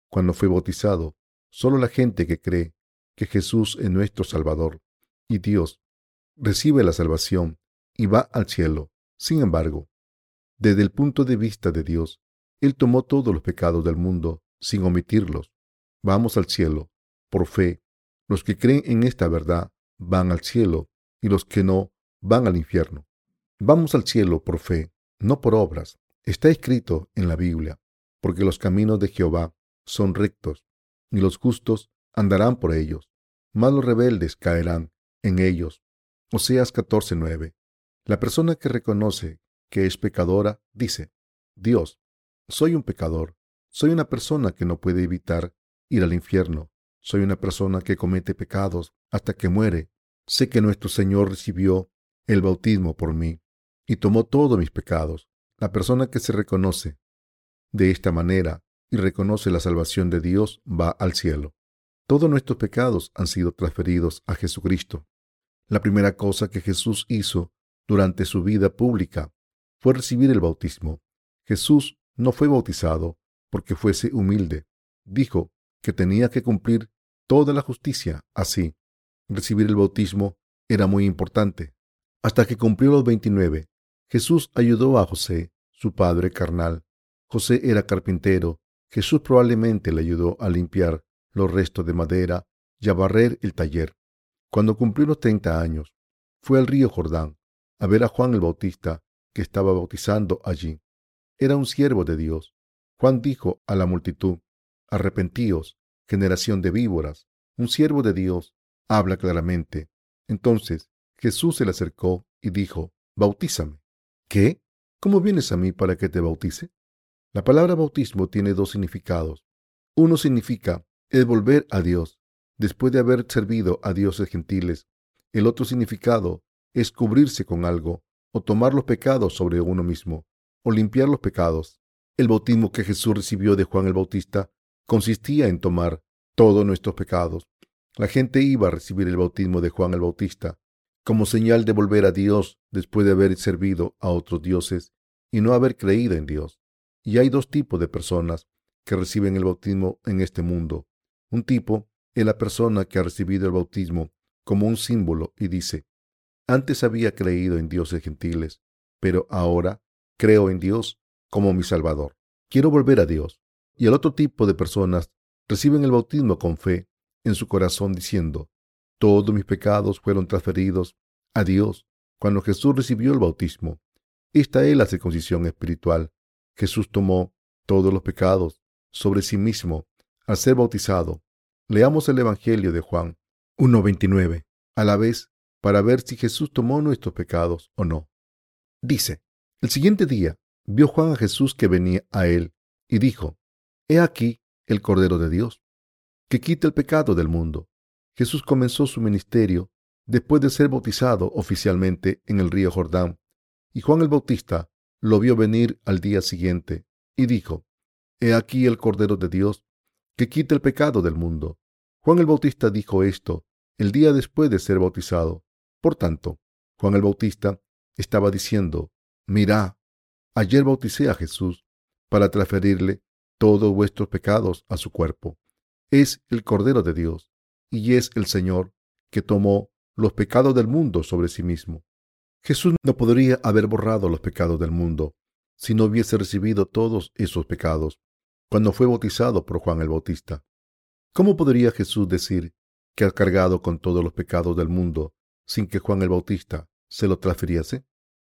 cuando fue bautizado, solo la gente que cree que Jesús es nuestro Salvador y Dios recibe la salvación y va al cielo. Sin embargo, desde el punto de vista de Dios, Él tomó todos los pecados del mundo sin omitirlos. Vamos al cielo por fe. Los que creen en esta verdad van al cielo y los que no van al infierno. Vamos al cielo por fe, no por obras. Está escrito en la Biblia, porque los caminos de Jehová son rectos y los justos andarán por ellos, mas los rebeldes caerán en ellos. Oseas catorce nueve. La persona que reconoce que es pecadora dice: Dios, soy un pecador, soy una persona que no puede evitar ir al infierno, soy una persona que comete pecados hasta que muere. Sé que nuestro Señor recibió el bautismo por mí y tomó todos mis pecados. La persona que se reconoce de esta manera y reconoce la salvación de Dios va al cielo. Todos nuestros pecados han sido transferidos a Jesucristo. La primera cosa que Jesús hizo durante su vida pública fue recibir el bautismo. Jesús no fue bautizado porque fuese humilde. Dijo que tenía que cumplir toda la justicia. Así, recibir el bautismo era muy importante. Hasta que cumplió los veintinueve, Jesús ayudó a José, su padre carnal. José era carpintero. Jesús probablemente le ayudó a limpiar los restos de madera y a barrer el taller. Cuando cumplió los treinta años, fue al río Jordán a ver a Juan el Bautista, que estaba bautizando allí. Era un siervo de Dios. Juan dijo a la multitud: Arrepentíos, generación de víboras. Un siervo de Dios habla claramente. Entonces Jesús se le acercó y dijo: Bautízame. ¿Qué? ¿Cómo vienes a mí para que te bautice? La palabra bautismo tiene dos significados. Uno significa el volver a Dios después de haber servido a dioses gentiles. El otro significado es cubrirse con algo o tomar los pecados sobre uno mismo o limpiar los pecados. El bautismo que Jesús recibió de Juan el Bautista consistía en tomar todos nuestros pecados. La gente iba a recibir el bautismo de Juan el Bautista como señal de volver a Dios después de haber servido a otros dioses y no haber creído en Dios. Y hay dos tipos de personas que reciben el bautismo en este mundo. Un tipo es la persona que ha recibido el bautismo como un símbolo y dice: Antes había creído en dioses gentiles, pero ahora creo en Dios como mi Salvador. Quiero volver a Dios. Y el otro tipo de personas reciben el bautismo con fe en su corazón diciendo: Todos mis pecados fueron transferidos a Dios cuando Jesús recibió el bautismo. Esta es la circuncisión espiritual. Jesús tomó todos los pecados sobre sí mismo al ser bautizado. Leamos el Evangelio de Juan uno veintinueve a la vez para ver si Jesús tomó nuestros pecados o no. Dice: El siguiente día vio Juan a Jesús que venía a él y dijo: He aquí el Cordero de Dios, que quita el pecado del mundo. Jesús comenzó su ministerio después de ser bautizado oficialmente en el río Jordán, y Juan el Bautista lo vio venir al día siguiente y dijo: He aquí el Cordero de Dios, que quita el pecado del mundo. Juan el Bautista dijo esto el día después de ser bautizado. Por tanto, Juan el Bautista estaba diciendo: Mirad, ayer bauticé a Jesús para transferirle todos vuestros pecados a su cuerpo. Es el Cordero de Dios y es el Señor que tomó los pecados del mundo sobre sí mismo. Jesús no podría haber borrado los pecados del mundo si no hubiese recibido todos esos pecados cuando fue bautizado por Juan el Bautista. ¿Cómo podría Jesús decir que ha cargado con todos los pecados del mundo sin que Juan el Bautista se lo transfiriese?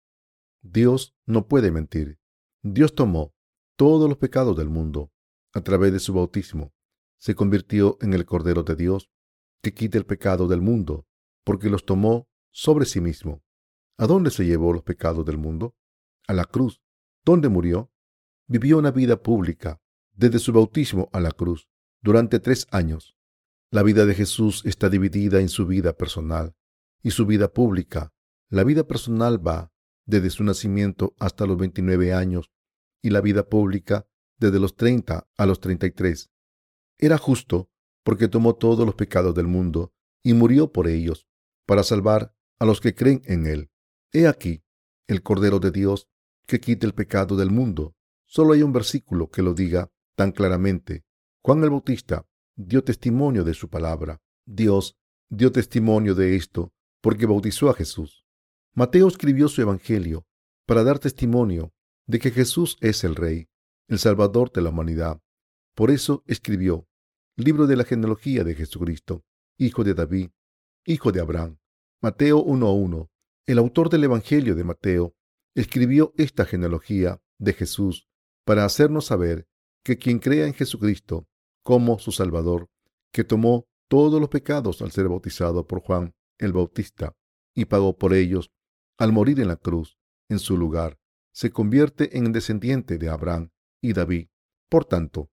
Dios no puede mentir. Dios tomó todos los pecados del mundo a través de su bautismo. Se convirtió en el Cordero de Dios que quita el pecado del mundo porque los tomó sobre sí mismo. ¿A dónde se llevó los pecados del mundo? A la cruz. ¿Dónde murió? Vivió una vida pública desde su bautismo a la cruz durante tres años. La vida de Jesús está dividida en su vida personal y su vida pública. La vida personal va desde su nacimiento hasta los veintinueve años y la vida pública desde los treinta a los treinta y tres. Era justo porque tomó todos los pecados del mundo y murió por ellos para salvar a los que creen en él. He aquí el Cordero de Dios que quita el pecado del mundo. Solo hay un versículo que lo diga tan claramente. Juan el Bautista dio testimonio de su palabra. Dios dio testimonio de esto porque bautizó a Jesús. Mateo escribió su evangelio para dar testimonio de que Jesús es el Rey, el Salvador de la humanidad. Por eso escribió: Libro de la genealogía de Jesucristo, hijo de David, hijo de Abraham. Mateo uno uno. El autor del evangelio de Mateo escribió esta genealogía de Jesús para hacernos saber que quien crea en Jesucristo como su Salvador, que tomó todos los pecados al ser bautizado por Juan el Bautista y pagó por ellos al morir en la cruz en su lugar, se convierte en descendiente de Abraham y David. Por tanto,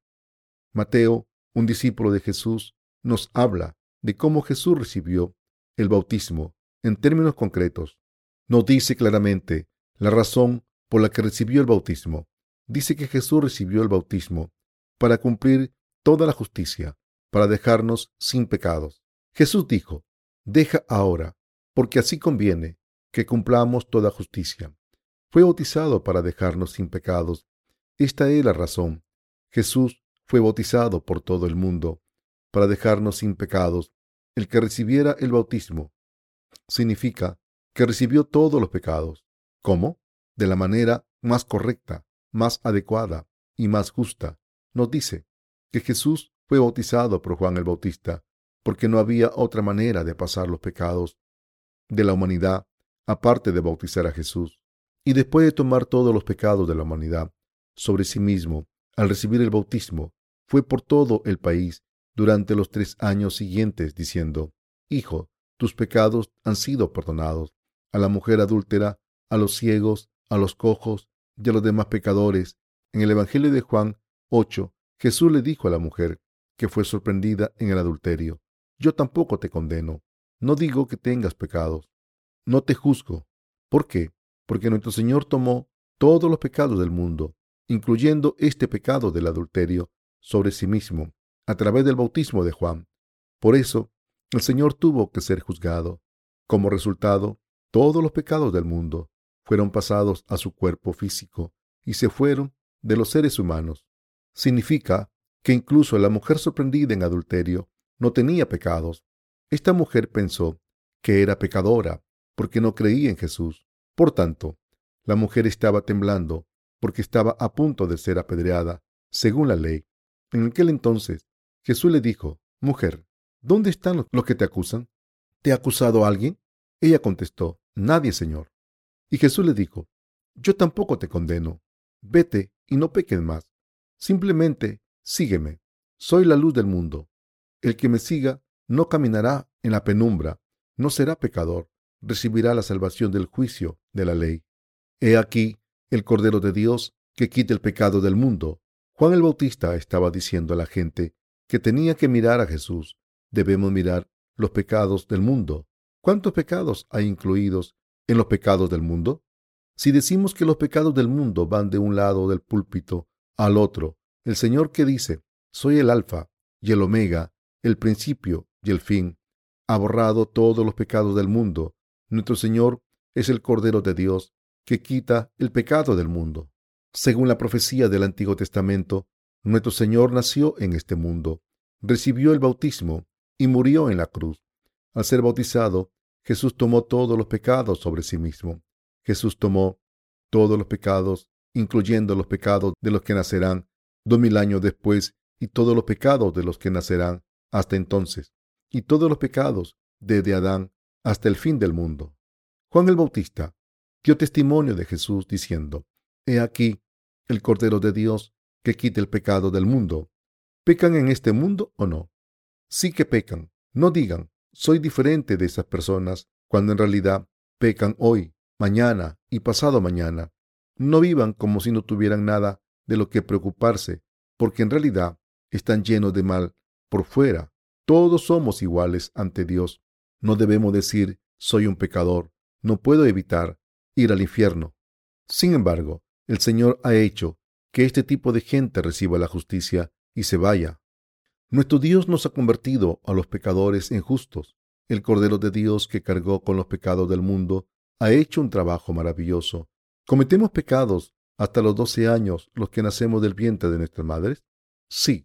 Mateo, un discípulo de Jesús, nos habla de cómo Jesús recibió el bautismo en términos concretos. Nos dice claramente la razón por la que recibió el bautismo. Dice que Jesús recibió el bautismo para cumplir toda la justicia, para dejarnos sin pecados. Jesús dijo: Deja ahora, porque así conviene que cumplamos toda justicia. Fue bautizado para dejarnos sin pecados. Esta es la razón. Jesús fue bautizado por todo el mundo para dejarnos sin pecados. El que recibiera el bautismo significa que recibió todos los pecados. ¿Cómo? De la manera más correcta, más adecuada y más justa. Nos dice que Jesús fue bautizado por Juan el Bautista porque no había otra manera de pasar los pecados de la humanidad aparte de bautizar a Jesús. Y después de tomar todos los pecados de la humanidad sobre sí mismo, al recibir el bautismo, fue por todo el país durante los tres años siguientes diciendo: Hijo, tus pecados han sido perdonados. A la mujer adúltera, a los ciegos, a los cojos y a los demás pecadores. En el Evangelio de Juan ocho, Jesús le dijo a la mujer que fue sorprendida en el adulterio: Yo tampoco te condeno. No digo que tengas pecados. No te juzgo. ¿Por qué? Porque nuestro Señor tomó todos los pecados del mundo, incluyendo este pecado del adulterio, sobre sí mismo, a través del bautismo de Juan. Por eso, el Señor tuvo que ser juzgado. Como resultado, todos los pecados del mundo fueron pasados a su cuerpo físico y se fueron de los seres humanos. Significa que incluso la mujer sorprendida en adulterio no tenía pecados. Esta mujer pensó que era pecadora porque no creía en Jesús. Por tanto, la mujer estaba temblando porque estaba a punto de ser apedreada según la ley. En aquel entonces, Jesús le dijo: Mujer, ¿dónde están los que te acusan? ¿Te ha acusado alguien? Ella contestó: Nadie, Señor. Y Jesús le dijo: Yo tampoco te condeno. Vete y no peques más. Simplemente sígueme. Soy la luz del mundo. El que me siga no caminará en la penumbra, no será pecador, recibirá la salvación del juicio de la ley. He aquí el Cordero de Dios que quita el pecado del mundo. Juan el Bautista estaba diciendo a la gente que tenía que mirar a Jesús. Debemos mirar los pecados del mundo. ¿Cuántos pecados hay incluidos en los pecados del mundo? Si decimos que los pecados del mundo van de un lado del púlpito al otro, el Señor que dice: Soy el Alfa y el Omega, el principio y el fin, ha borrado todos los pecados del mundo. Nuestro Señor es el Cordero de Dios que quita el pecado del mundo. Según la profecía del Antiguo Testamento, nuestro Señor nació en este mundo, recibió el bautismo y murió en la cruz. Al ser bautizado, Jesús tomó todos los pecados sobre sí mismo. Jesús tomó todos los pecados, incluyendo los pecados de los que nacerán dos mil años después y todos los pecados de los que nacerán hasta entonces, y todos los pecados desde Adán hasta el fin del mundo. Juan el Bautista dio testimonio de Jesús diciendo: He aquí el Cordero de Dios que quita el pecado del mundo. ¿Pecan en este mundo o no? Sí que pecan. No digan: soy diferente de esas personas, cuando en realidad pecan hoy, mañana y pasado mañana. No vivan como si no tuvieran nada de lo que preocuparse, porque en realidad están llenos de mal por fuera. Todos somos iguales ante Dios. No debemos decir: soy un pecador, no puedo evitar ir al infierno. Sin embargo, el Señor ha hecho que este tipo de gente reciba la justicia y se vaya. Nuestro Dios nos ha convertido a los pecadores en justos. El Cordero de Dios que cargó con los pecados del mundo ha hecho un trabajo maravilloso. ¿Cometemos pecados hasta los doce años los que nacemos del vientre de nuestras madres? Sí.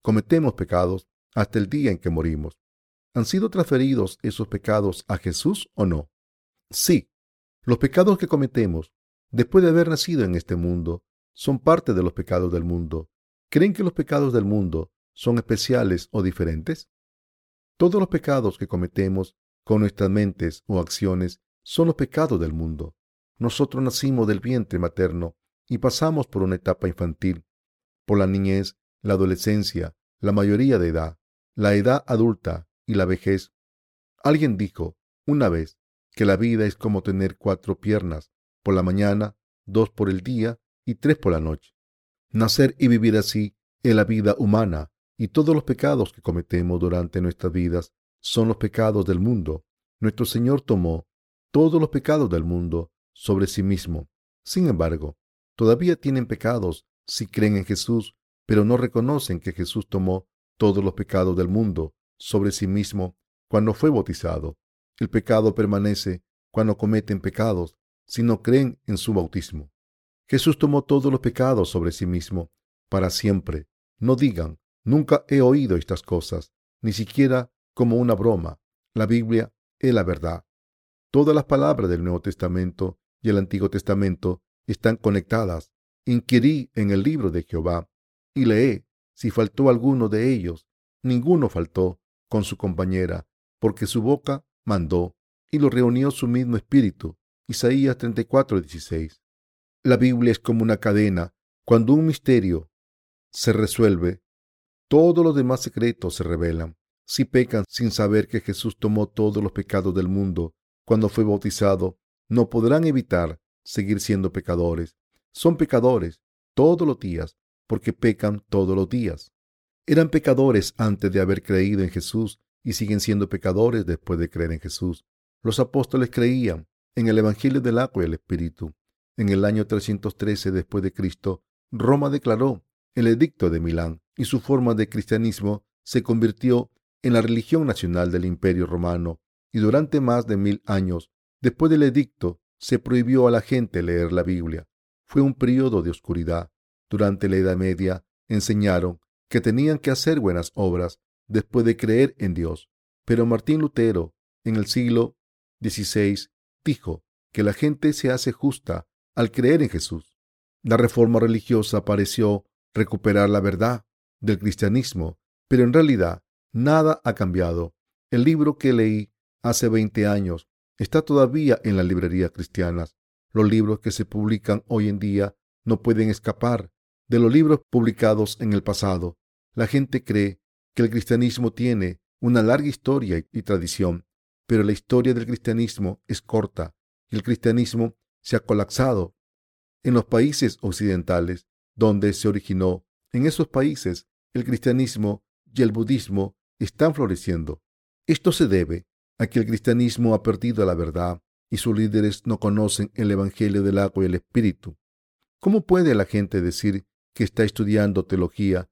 cometemos pecados hasta el día en que morimos. ¿Han sido transferidos esos pecados a Jesús o no? Sí, los pecados que cometemos después de haber nacido en este mundo son parte de los pecados del mundo. ¿Creen que los pecados del mundo son especiales o diferentes? Todos los pecados que cometemos con nuestras mentes o acciones son los pecados del mundo. Nosotros nacimos del vientre materno y pasamos por una etapa infantil, por la niñez, la adolescencia, la mayoría de edad, la edad adulta y la vejez. Alguien dijo una vez que la vida es como tener cuatro piernas, por la mañana, dos por el día y tres por la noche. Nacer y vivir así es la vida humana, y todos los pecados que cometemos durante nuestras vidas son los pecados del mundo. Nuestro Señor tomó todos los pecados del mundo sobre sí mismo. Sin embargo, todavía tienen pecados si creen en Jesús, pero no reconocen que Jesús tomó todos los pecados del mundo sobre sí mismo cuando fue bautizado. El pecado permanece cuando cometen pecados si no creen en su bautismo. Jesús tomó todos los pecados sobre sí mismo para siempre. No digan, nunca he oído estas cosas, ni siquiera como una broma. La Biblia es la verdad. Todas las palabras del Nuevo Testamento y el Antiguo Testamento están conectadas. Inquirí en el libro de Jehová y leé si faltó alguno de ellos. Ninguno faltó con su compañera, porque su boca mandó y lo reunió su mismo espíritu. Isaías treinta y cuatro, dieciséis. La Biblia es como una cadena. Cuando un misterio se resuelve, todos los demás secretos se revelan. Si pecan sin saber que Jesús tomó todos los pecados del mundo cuando fue bautizado, no podrán evitar seguir siendo pecadores. Son pecadores todos los días porque pecan todos los días. Eran pecadores antes de haber creído en Jesús y siguen siendo pecadores después de creer en Jesús. Los apóstoles creían en el Evangelio del agua y el Espíritu. En el año trescientos trece después de Cristo, Roma declaró el Edicto de Milán y su forma de cristianismo se convirtió en la religión nacional del Imperio Romano, y durante más de mil años después del edicto se prohibió a la gente leer la Biblia. Fue un periodo de oscuridad. Durante la Edad Media enseñaron que tenían que hacer buenas obras después de creer en Dios. Pero Martín Lutero, en el siglo dieciséis, dijo que la gente se hace justa al creer en Jesús. La reforma religiosa pareció recuperar la verdad del cristianismo, pero en realidad nada ha cambiado. El libro que leí hace veinte años está todavía en las librerías cristianas. Los libros que se publican hoy en día no pueden escapar de los libros publicados en el pasado. La gente cree que el cristianismo tiene una larga historia y tradición, pero la historia del cristianismo es corta y el cristianismo se ha colapsado en los países occidentales donde se originó. En esos países el cristianismo y el budismo están floreciendo. Esto se debe a que el cristianismo ha perdido la verdad y sus líderes no conocen el Evangelio del agua y el Espíritu. ¿Cómo puede la gente decir que está estudiando teología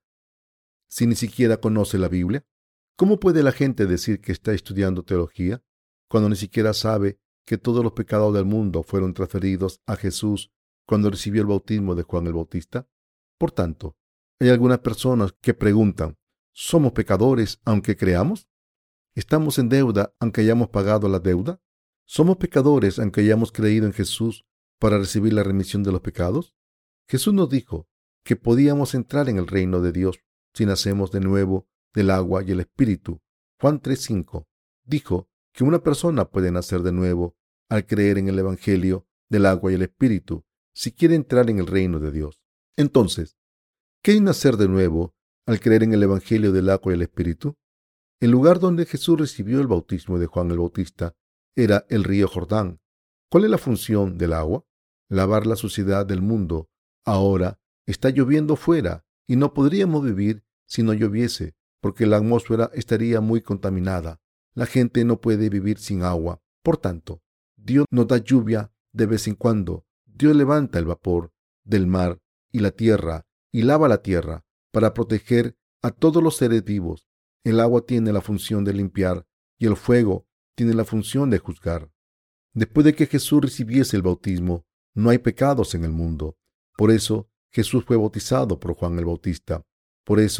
si ni siquiera conoce la Biblia? ¿Cómo puede la gente decir que está estudiando teología cuando ni siquiera sabe que todos los pecados del mundo fueron transferidos a Jesús cuando recibió el bautismo de Juan el Bautista? Por tanto, hay algunas personas que preguntan, ¿somos pecadores aunque creamos? ¿Estamos en deuda aunque hayamos pagado la deuda? ¿Somos pecadores aunque hayamos creído en Jesús para recibir la remisión de los pecados? Jesús nos dijo que podíamos entrar en el reino de Dios si nacemos de nuevo del agua y el Espíritu. Juan tres cinco dijo que una persona puede nacer de nuevo al creer en el Evangelio del agua y el Espíritu si quiere entrar en el reino de Dios. Entonces, ¿qué es nacer de nuevo al creer en el Evangelio del agua y el Espíritu? El lugar donde Jesús recibió el bautismo de Juan el Bautista era el río Jordán. ¿Cuál es la función del agua? Lavar la suciedad del mundo. Ahora está lloviendo fuera y no podríamos vivir si no lloviese, porque la atmósfera estaría muy contaminada. La gente no puede vivir sin agua. Por tanto, Dios nos da lluvia de vez en cuando. Dios levanta el vapor del mar y la tierra y lava la tierra para proteger a todos los seres vivos. El agua tiene la función de limpiar y el fuego tiene la función de juzgar. Después de que Jesús recibiese el bautismo, no hay pecados en el mundo. Por eso Jesús fue bautizado por Juan el Bautista. Por eso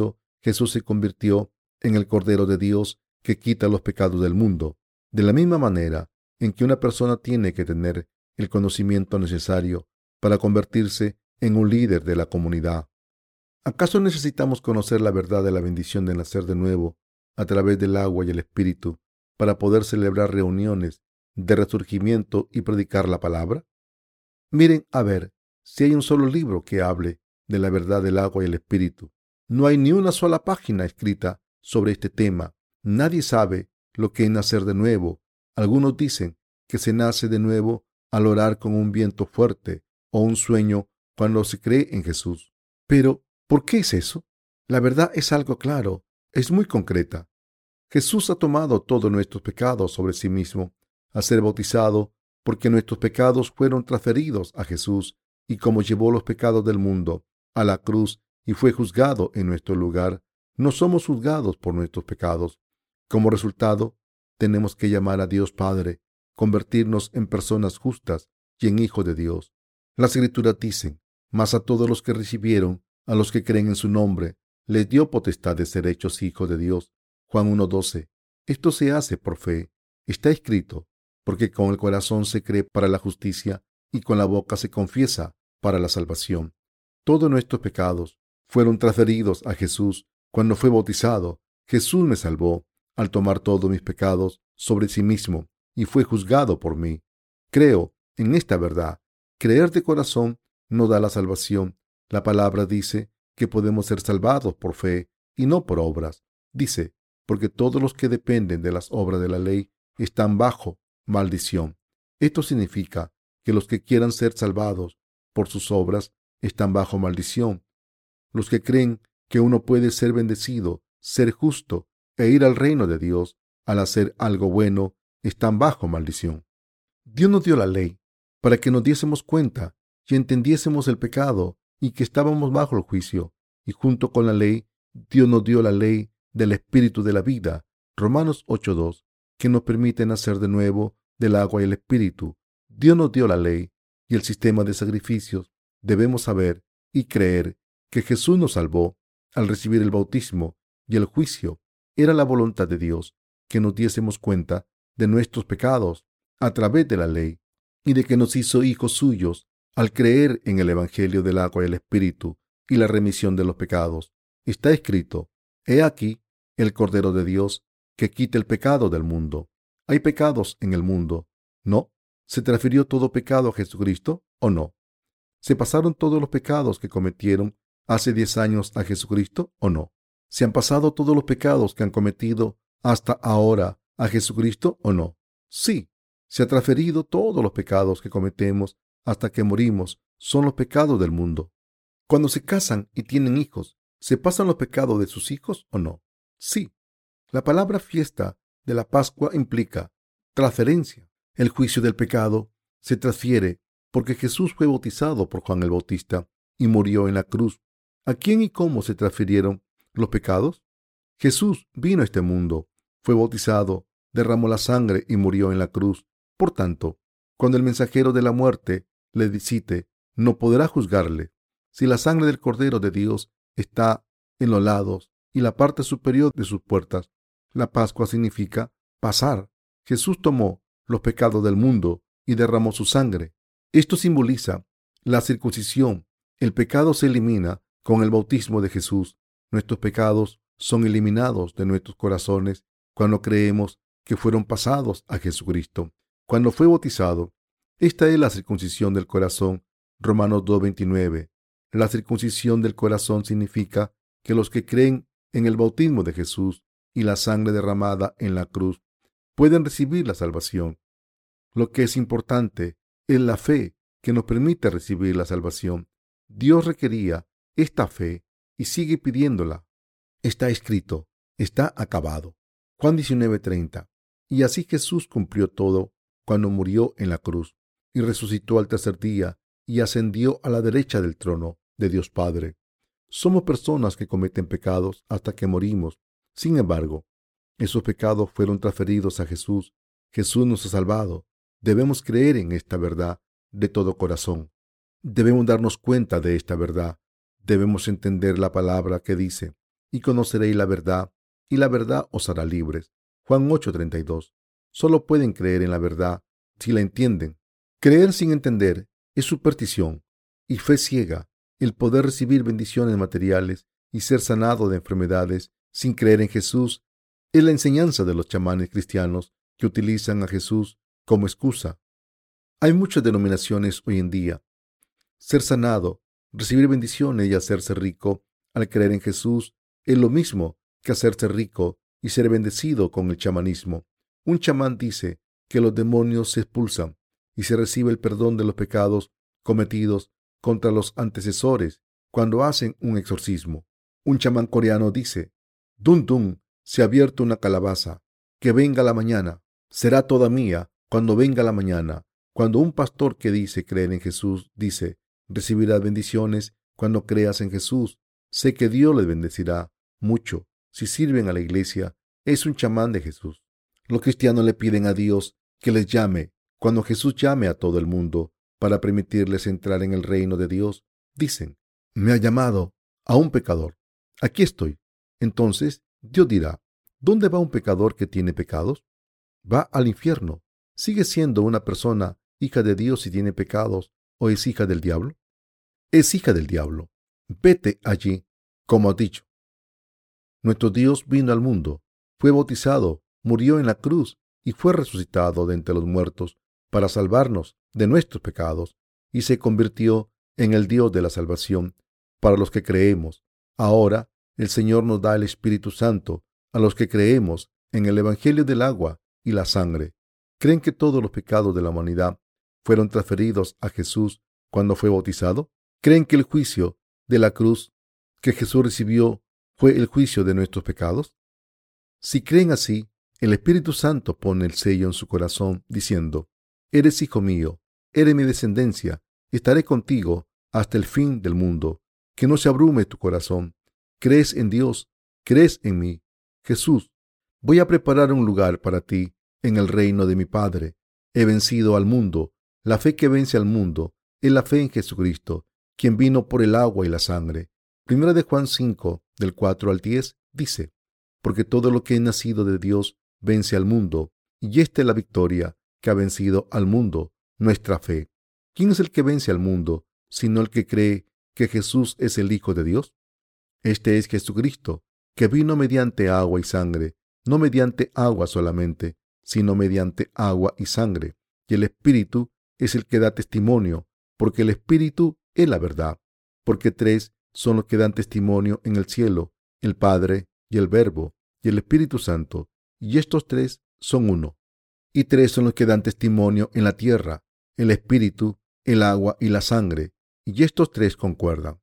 Jesús se convirtió en el Cordero de Dios que quita los pecados del mundo. De la misma manera en que una persona tiene que tener el conocimiento necesario para convertirse en un líder de la comunidad. ¿Acaso necesitamos conocer la verdad de la bendición de nacer de nuevo a través del agua y el Espíritu para poder celebrar reuniones de resurgimiento y predicar la palabra? Miren a ver si hay un solo libro que hable de la verdad del agua y el Espíritu. No hay ni una sola página escrita sobre este tema. Nadie sabe lo que es nacer de nuevo. Algunos dicen que se nace de nuevo al orar con un viento fuerte o un sueño cuando se cree en Jesús. Pero, ¿por qué es eso? La verdad es algo claro, es muy concreta. Jesús ha tomado todos nuestros pecados sobre sí mismo al ser bautizado, porque nuestros pecados fueron transferidos a Jesús, y como llevó los pecados del mundo a la cruz y fue juzgado en nuestro lugar, no somos juzgados por nuestros pecados. Como resultado, tenemos que llamar a Dios Padre, convertirnos en personas justas y en hijos de Dios. Las Escrituras dicen: mas a todos los que recibieron, a los que creen en su nombre, les dio potestad de ser hechos hijos de Dios. Juan uno doce. Esto se hace por fe. Está escrito: porque con el corazón se cree para la justicia y con la boca se confiesa para la salvación. Todos nuestros pecados fueron transferidos a Jesús cuando fue bautizado. Jesús me salvó al tomar todos mis pecados sobre sí mismo y fue juzgado por mí. Creo en esta verdad. Creer de corazón no da la salvación. La palabra dice que podemos ser salvados por fe y no por obras. Dice: porque todos los que dependen de las obras de la ley están bajo maldición. Esto significa que los que quieran ser salvados por sus obras están bajo maldición. Los que creen que uno puede ser bendecido, ser justo e ir al reino de Dios al hacer algo bueno, están bajo maldición. Dios nos dio la ley para que nos diésemos cuenta y entendiésemos el pecado y que estábamos bajo el juicio. Y junto con la ley, Dios nos dio la ley del Espíritu de la vida, Romanos ocho dos, que nos permite nacer de nuevo del agua y el Espíritu. Dios nos dio la ley y el sistema de sacrificios. Debemos saber y creer que Jesús nos salvó al recibir el bautismo y el juicio. Era la voluntad de Dios que nos diésemos cuenta de nuestros pecados a través de la ley y de que nos hizo hijos suyos al creer en el Evangelio del agua y el Espíritu y la remisión de los pecados. Está escrito: he aquí el Cordero de Dios que quita el pecado del mundo. ¿Hay pecados en el mundo? No. ¿Se transfirió todo pecado a Jesucristo o no? ¿Se pasaron todos los pecados que cometieron hace diez años a Jesucristo o no? ¿Se han pasado todos los pecados que han cometido hasta ahora a Jesucristo o no? Sí. Se ha transferido todos los pecados que cometemos hasta que morimos. Son los pecados del mundo. Cuando se casan y tienen hijos, ¿se pasan los pecados de sus hijos o no? Sí. La palabra fiesta de la Pascua implica transferencia. El juicio del pecado se transfiere porque Jesús fue bautizado por Juan el Bautista y murió en la cruz. ¿A quién y cómo se transfirieron los pecados? Jesús vino a este mundo, fue bautizado, derramó la sangre y murió en la cruz. Por tanto, cuando el mensajero de la muerte le visite, no podrá juzgarle. Si la sangre del Cordero de Dios está en los lados y la parte superior de sus puertas, la Pascua significa pasar. Jesús tomó los pecados del mundo y derramó su sangre. Esto simboliza la circuncisión. El pecado se elimina con el bautismo de Jesús. Nuestros pecados son eliminados de nuestros corazones cuando creemos que fueron pasados a Jesucristo. Cuando fue bautizado, esta es la circuncisión del corazón. Romanos dos veintinueve. La circuncisión del corazón significa que los que creen en el bautismo de Jesús y la sangre derramada en la cruz pueden recibir la salvación. Lo que es importante es la fe que nos permite recibir la salvación. Dios requería esta fe y sigue pidiéndola. Está escrito: está acabado. Juan diecinueve treinta. Y así Jesús cumplió todo cuando murió en la cruz y resucitó al tercer día y ascendió a la derecha del trono de Dios Padre. Somos personas que cometen pecados hasta que morimos. Sin embargo, esos pecados fueron transferidos a Jesús. Jesús nos ha salvado. Debemos creer en esta verdad de todo corazón. Debemos darnos cuenta de esta verdad. Debemos entender la palabra que dice: y conoceréis la verdad, y la verdad os hará libres. Juan ocho treinta y dos. Solo pueden creer en la verdad si la entienden. Creer sin entender es superstición y fe ciega. El poder recibir bendiciones materiales y ser sanado de enfermedades sin creer en Jesús es la enseñanza de los chamanes cristianos que utilizan a Jesús como excusa. Hay muchas denominaciones hoy en día. Ser sanado, recibir bendiciones y hacerse rico al creer en Jesús es lo mismo que hacerse rico y ser bendecido con el chamanismo. Un chamán dice que los demonios se expulsan y se recibe el perdón de los pecados cometidos contra los antecesores cuando hacen un exorcismo. Un chamán coreano dice: Dun Dun, se ha abierto una calabaza, que venga la mañana, será toda mía cuando venga la mañana. Cuando un pastor que dice creer en Jesús dice: recibirás bendiciones cuando creas en Jesús, sé que Dios les bendecirá mucho si sirven a la iglesia, es un chamán de Jesús. Los cristianos le piden a Dios que les llame cuando Jesús llame a todo el mundo para permitirles entrar en el reino de Dios. Dicen: me ha llamado a un pecador. Aquí estoy. Entonces Dios dirá: ¿dónde va un pecador que tiene pecados? Va al infierno. ¿Sigue siendo una persona hija de Dios si tiene pecados o es hija del diablo? Es hija del diablo. Vete allí, como has dicho. Nuestro Dios vino al mundo, fue bautizado, murió en la cruz y fue resucitado de entre los muertos para salvarnos de nuestros pecados y se convirtió en el Dios de la salvación para los que creemos. Ahora el Señor nos da el Espíritu Santo a los que creemos en el Evangelio del agua y la sangre. ¿Creen que todos los pecados de la humanidad fueron transferidos a Jesús cuando fue bautizado? ¿Creen que el juicio de la cruz que Jesús recibió fue el juicio de nuestros pecados? Si creen así, el Espíritu Santo pone el sello en su corazón diciendo: eres hijo mío, eres mi descendencia, estaré contigo hasta el fin del mundo. Que no se abrume tu corazón. ¿Crees en Dios? ¿Crees en mí? Jesús: voy a preparar un lugar para ti en el reino de mi Padre. He vencido al mundo. La fe que vence al mundo es la fe en Jesucristo, quien vino por el agua y la sangre. Primera de Juan cinco, del cuatro al diez, dice: porque todo lo que es nacido de Dios vence al mundo, y esta es la victoria que ha vencido al mundo, nuestra fe. ¿Quién es el que vence al mundo, sino el que cree que Jesús es el Hijo de Dios? Este es Jesucristo, que vino mediante agua y sangre, no mediante agua solamente, sino mediante agua y sangre. Y el Espíritu es el que da testimonio, porque el Espíritu es la verdad. Porque tres son los que dan testimonio en el cielo: el Padre, y el Verbo, y el Espíritu Santo, y estos tres son uno. Y tres son los que dan testimonio en la tierra: el Espíritu, el agua y la sangre, y estos tres concuerdan.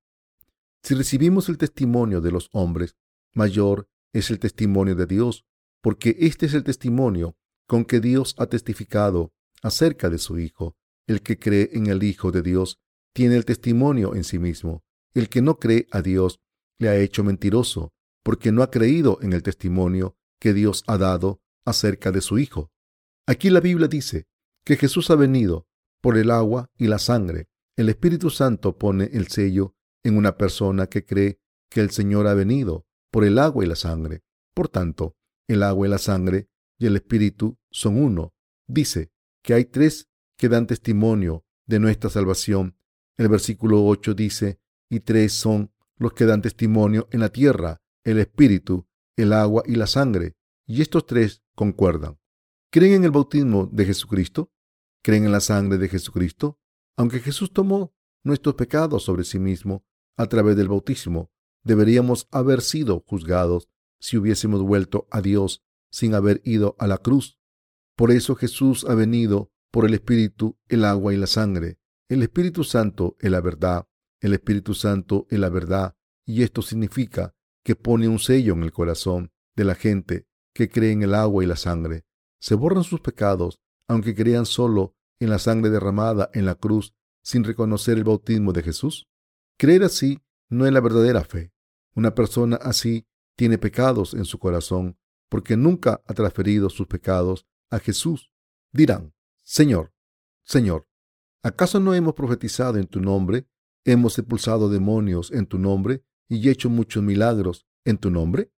Si recibimos el testimonio de los hombres, mayor es el testimonio de Dios, porque este es el testimonio con que Dios ha testificado acerca de su Hijo. El que cree en el Hijo de Dios tiene el testimonio en sí mismo. El que no cree a Dios le ha hecho mentiroso, porque no ha creído en el testimonio que Dios ha dado acerca de su Hijo. Aquí la Biblia dice que Jesús ha venido por el agua y la sangre. El Espíritu Santo pone el sello en una persona que cree que el Señor ha venido por el agua y la sangre. Por tanto, el agua y la sangre y el Espíritu son uno. Dice que hay tres que dan testimonio de nuestra salvación. El versículo ocho dice: y tres son los que dan testimonio en la tierra: el Espíritu, el agua y la sangre, y estos tres concuerdan. ¿Creen en el bautismo de Jesucristo? ¿Creen en la sangre de Jesucristo? Aunque Jesús tomó nuestros pecados sobre sí mismo a través del bautismo, deberíamos haber sido juzgados si hubiésemos vuelto a Dios sin haber ido a la cruz. Por eso Jesús ha venido por el Espíritu, el agua y la sangre. El Espíritu Santo es la verdad. El Espíritu Santo es la verdad, y esto significa que pone un sello en el corazón de la gente que cree en el agua y la sangre. Se borran sus pecados, aunque crean solo en la sangre derramada en la cruz sin reconocer el bautismo de Jesús. Creer así no es la verdadera fe. Una persona así tiene pecados en su corazón porque nunca ha transferido sus pecados a Jesús. Dirán: Señor, Señor, ¿acaso no hemos profetizado en tu nombre? Hemos expulsado demonios en tu nombre y hecho muchos milagros en tu nombre?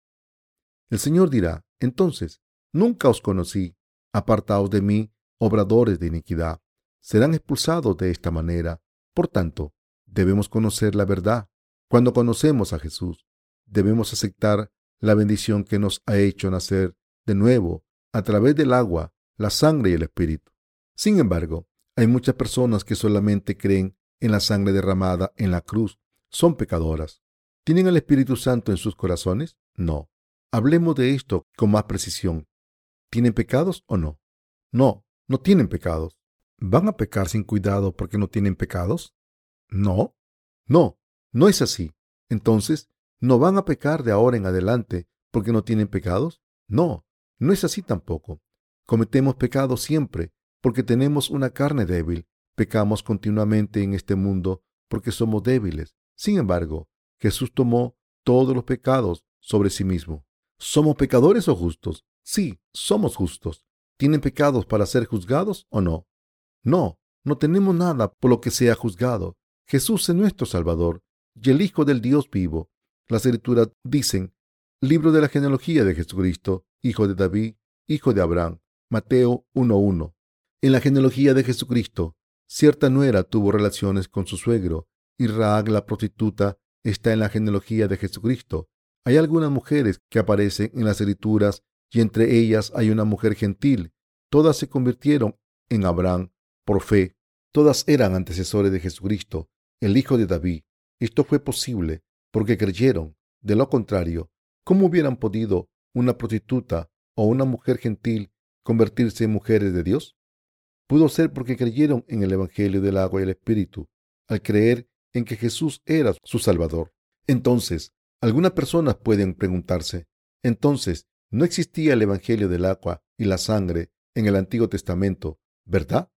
El Señor dirá, entonces, nunca os conocí, apartaos de mí, obradores de iniquidad. Serán expulsados de esta manera. Por tanto, debemos conocer la verdad. Cuando conocemos a Jesús, debemos aceptar la bendición que nos ha hecho nacer de nuevo a través del agua, la sangre y el Espíritu. Sin embargo, hay muchas personas que solamente creen en la sangre derramada en la cruz. Son pecadoras. ¿Tienen el Espíritu Santo en sus corazones? No. Hablemos de esto con más precisión. ¿Tienen pecados o no? No, no tienen pecados. ¿Van a pecar sin cuidado porque no tienen pecados? No, no, no es así. Entonces, ¿no van a pecar de ahora en adelante porque no tienen pecados? No, no es así tampoco. Cometemos pecados siempre porque tenemos una carne débil. Pecamos continuamente en este mundo porque somos débiles. Sin embargo, Jesús tomó todos los pecados sobre sí mismo. ¿Somos pecadores o justos? Sí, somos justos. ¿Tienen pecados para ser juzgados o no? No, no tenemos nada por lo que sea juzgado. Jesús es nuestro Salvador y el Hijo del Dios vivo. Las Escrituras dicen, libro de la genealogía de Jesucristo, hijo de David, hijo de Abraham, Mateo uno uno. En la genealogía de Jesucristo, cierta nuera tuvo relaciones con su suegro, y Raag la prostituta está en la genealogía de Jesucristo. Hay algunas mujeres que aparecen en las Escrituras y entre ellas hay una mujer gentil. Todas se convirtieron en Abraham por fe. Todas eran antecesores de Jesucristo, el hijo de David. Esto fue posible porque creyeron. De lo contrario, ¿cómo hubieran podido una prostituta o una mujer gentil convertirse en mujeres de Dios? Pudo ser porque creyeron en el Evangelio del agua y el Espíritu, al creer en que Jesús era su Salvador. Entonces, algunas personas pueden preguntarse, entonces, ¿no existía el Evangelio del agua y la sangre en el Antiguo Testamento, verdad?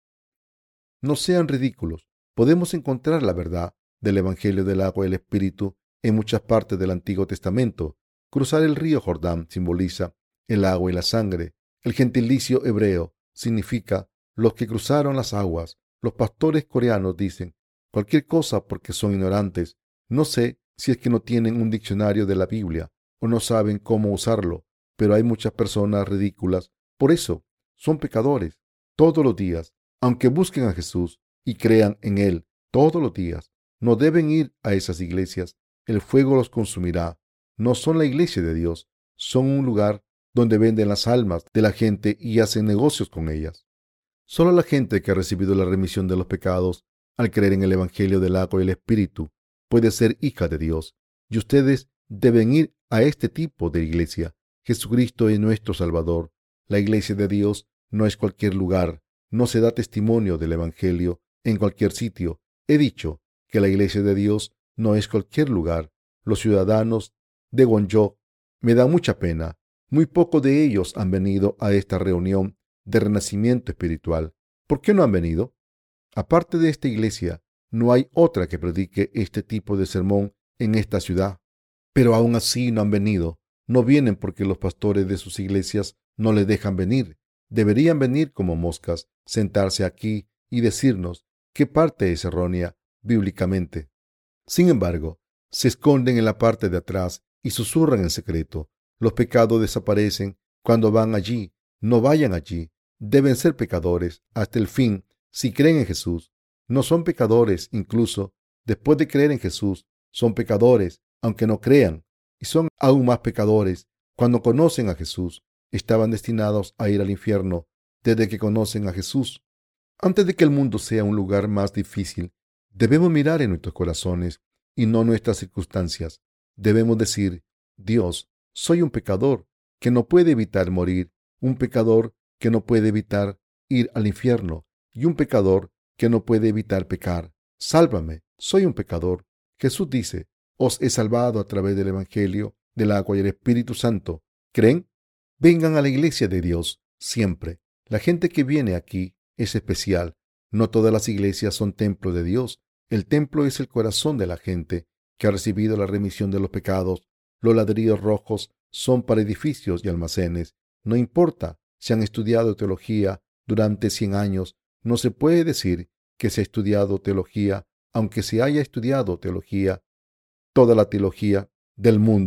No sean ridículos. Podemos encontrar la verdad del Evangelio del agua y el Espíritu en muchas partes del Antiguo Testamento. Cruzar el río Jordán simboliza el agua y la sangre. El gentilicio hebreo significa los que cruzaron las aguas. Los pastores coreanos dicen cualquier cosa porque son ignorantes. No sé si es que no tienen un diccionario de la Biblia o no saben cómo usarlo, pero hay muchas personas ridículas. Por eso, son pecadores todos los días. Aunque busquen a Jesús y crean en Él todos los días, no deben ir a esas iglesias. El fuego los consumirá. No son la iglesia de Dios. Son un lugar donde venden las almas de la gente y hacen negocios con ellas. Solo la gente que ha recibido la remisión de los pecados al creer en el Evangelio del agua y el Espíritu puede ser hija de Dios. Y ustedes deben ir a este tipo de iglesia. Jesucristo es nuestro Salvador. La iglesia de Dios no es cualquier lugar. No se da testimonio del Evangelio en cualquier sitio. He dicho que la iglesia de Dios no es cualquier lugar. Los ciudadanos de Guangzhou me da mucha pena. Muy pocos de ellos han venido a esta reunión de renacimiento espiritual. ¿Por qué no han venido? Aparte de esta iglesia, no hay otra que predique este tipo de sermón en esta ciudad. Pero aún así no han venido. No vienen porque los pastores de sus iglesias no les dejan venir. Deberían venir como moscas, sentarse aquí y decirnos qué parte es errónea bíblicamente. Sin embargo, se esconden en la parte de atrás y susurran en secreto. Los pecados desaparecen cuando van allí. No vayan allí. Deben ser pecadores hasta el fin si creen en Jesús. No son pecadores incluso después de creer en Jesús. Son pecadores aunque no crean. Y son aún más pecadores cuando conocen a Jesús. Estaban destinados a ir al infierno desde que conocen a Jesús. Antes de que el mundo sea un lugar más difícil, debemos mirar en nuestros corazones y no nuestras circunstancias. Debemos decir, Dios, soy un pecador que no puede evitar morir, un pecador que no puede evitar ir al infierno y un pecador que no puede evitar pecar. Sálvame, soy un pecador. Jesús dice, os he salvado a través del Evangelio, del agua y el Espíritu Santo. ¿Creen? Vengan a la iglesia de Dios siempre. La gente que viene aquí es especial. No todas las iglesias son templos de Dios. El templo es el corazón de la gente que ha recibido la remisión de los pecados. Los ladrillos rojos son para edificios y almacenes. No importa si han estudiado teología durante cien años. No se puede decir que se ha estudiado teología, aunque se haya estudiado teología. Toda la teología del mundo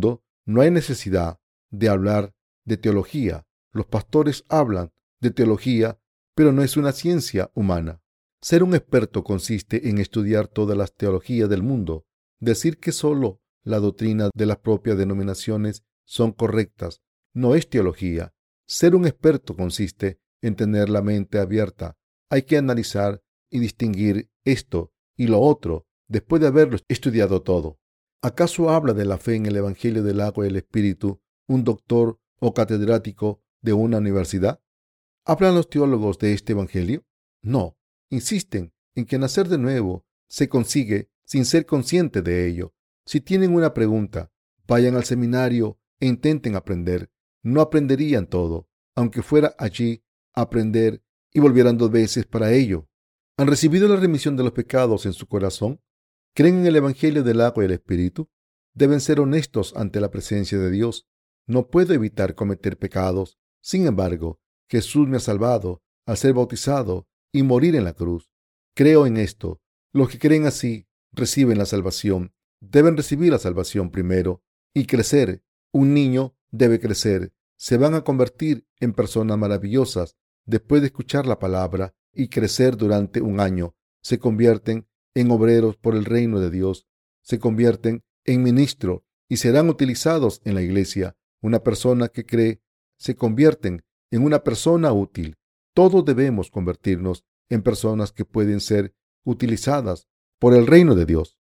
No hay necesidad de hablar de teología. Los pastores hablan de teología, pero no es una ciencia humana. Ser un experto consiste en estudiar todas las teologías del mundo. Decir que solo la doctrina de las propias denominaciones son correctas no es teología. Ser un experto consiste en tener la mente abierta. Hay que analizar y distinguir esto y lo otro después de haberlo estudiado todo. ¿Acaso habla de la fe en el Evangelio del agua y el Espíritu un doctor o catedrático de una universidad? ¿Hablan los teólogos de este Evangelio? No. Insisten en que nacer de nuevo se consigue sin ser consciente de ello. Si tienen una pregunta, vayan al seminario e intenten aprender. No aprenderían todo, aunque fuera allí a aprender y volvieran dos veces para ello. ¿Han recibido la remisión de los pecados en su corazón? ¿Creen en el Evangelio del agua y el Espíritu? Deben ser honestos ante la presencia de Dios. No puedo evitar cometer pecados. Sin embargo, Jesús me ha salvado al ser bautizado y morir en la cruz. Creo en esto. Los que creen así reciben la salvación. Deben recibir la salvación primero y crecer. Un niño debe crecer. Se van a convertir en personas maravillosas después de escuchar la palabra y crecer durante un año. Se convierten en obreros por el reino de Dios. Se convierten en ministros y serán utilizados en la iglesia. Una persona que cree se convierte en una persona útil. Todos debemos convertirnos en personas que pueden ser utilizadas por el reino de Dios.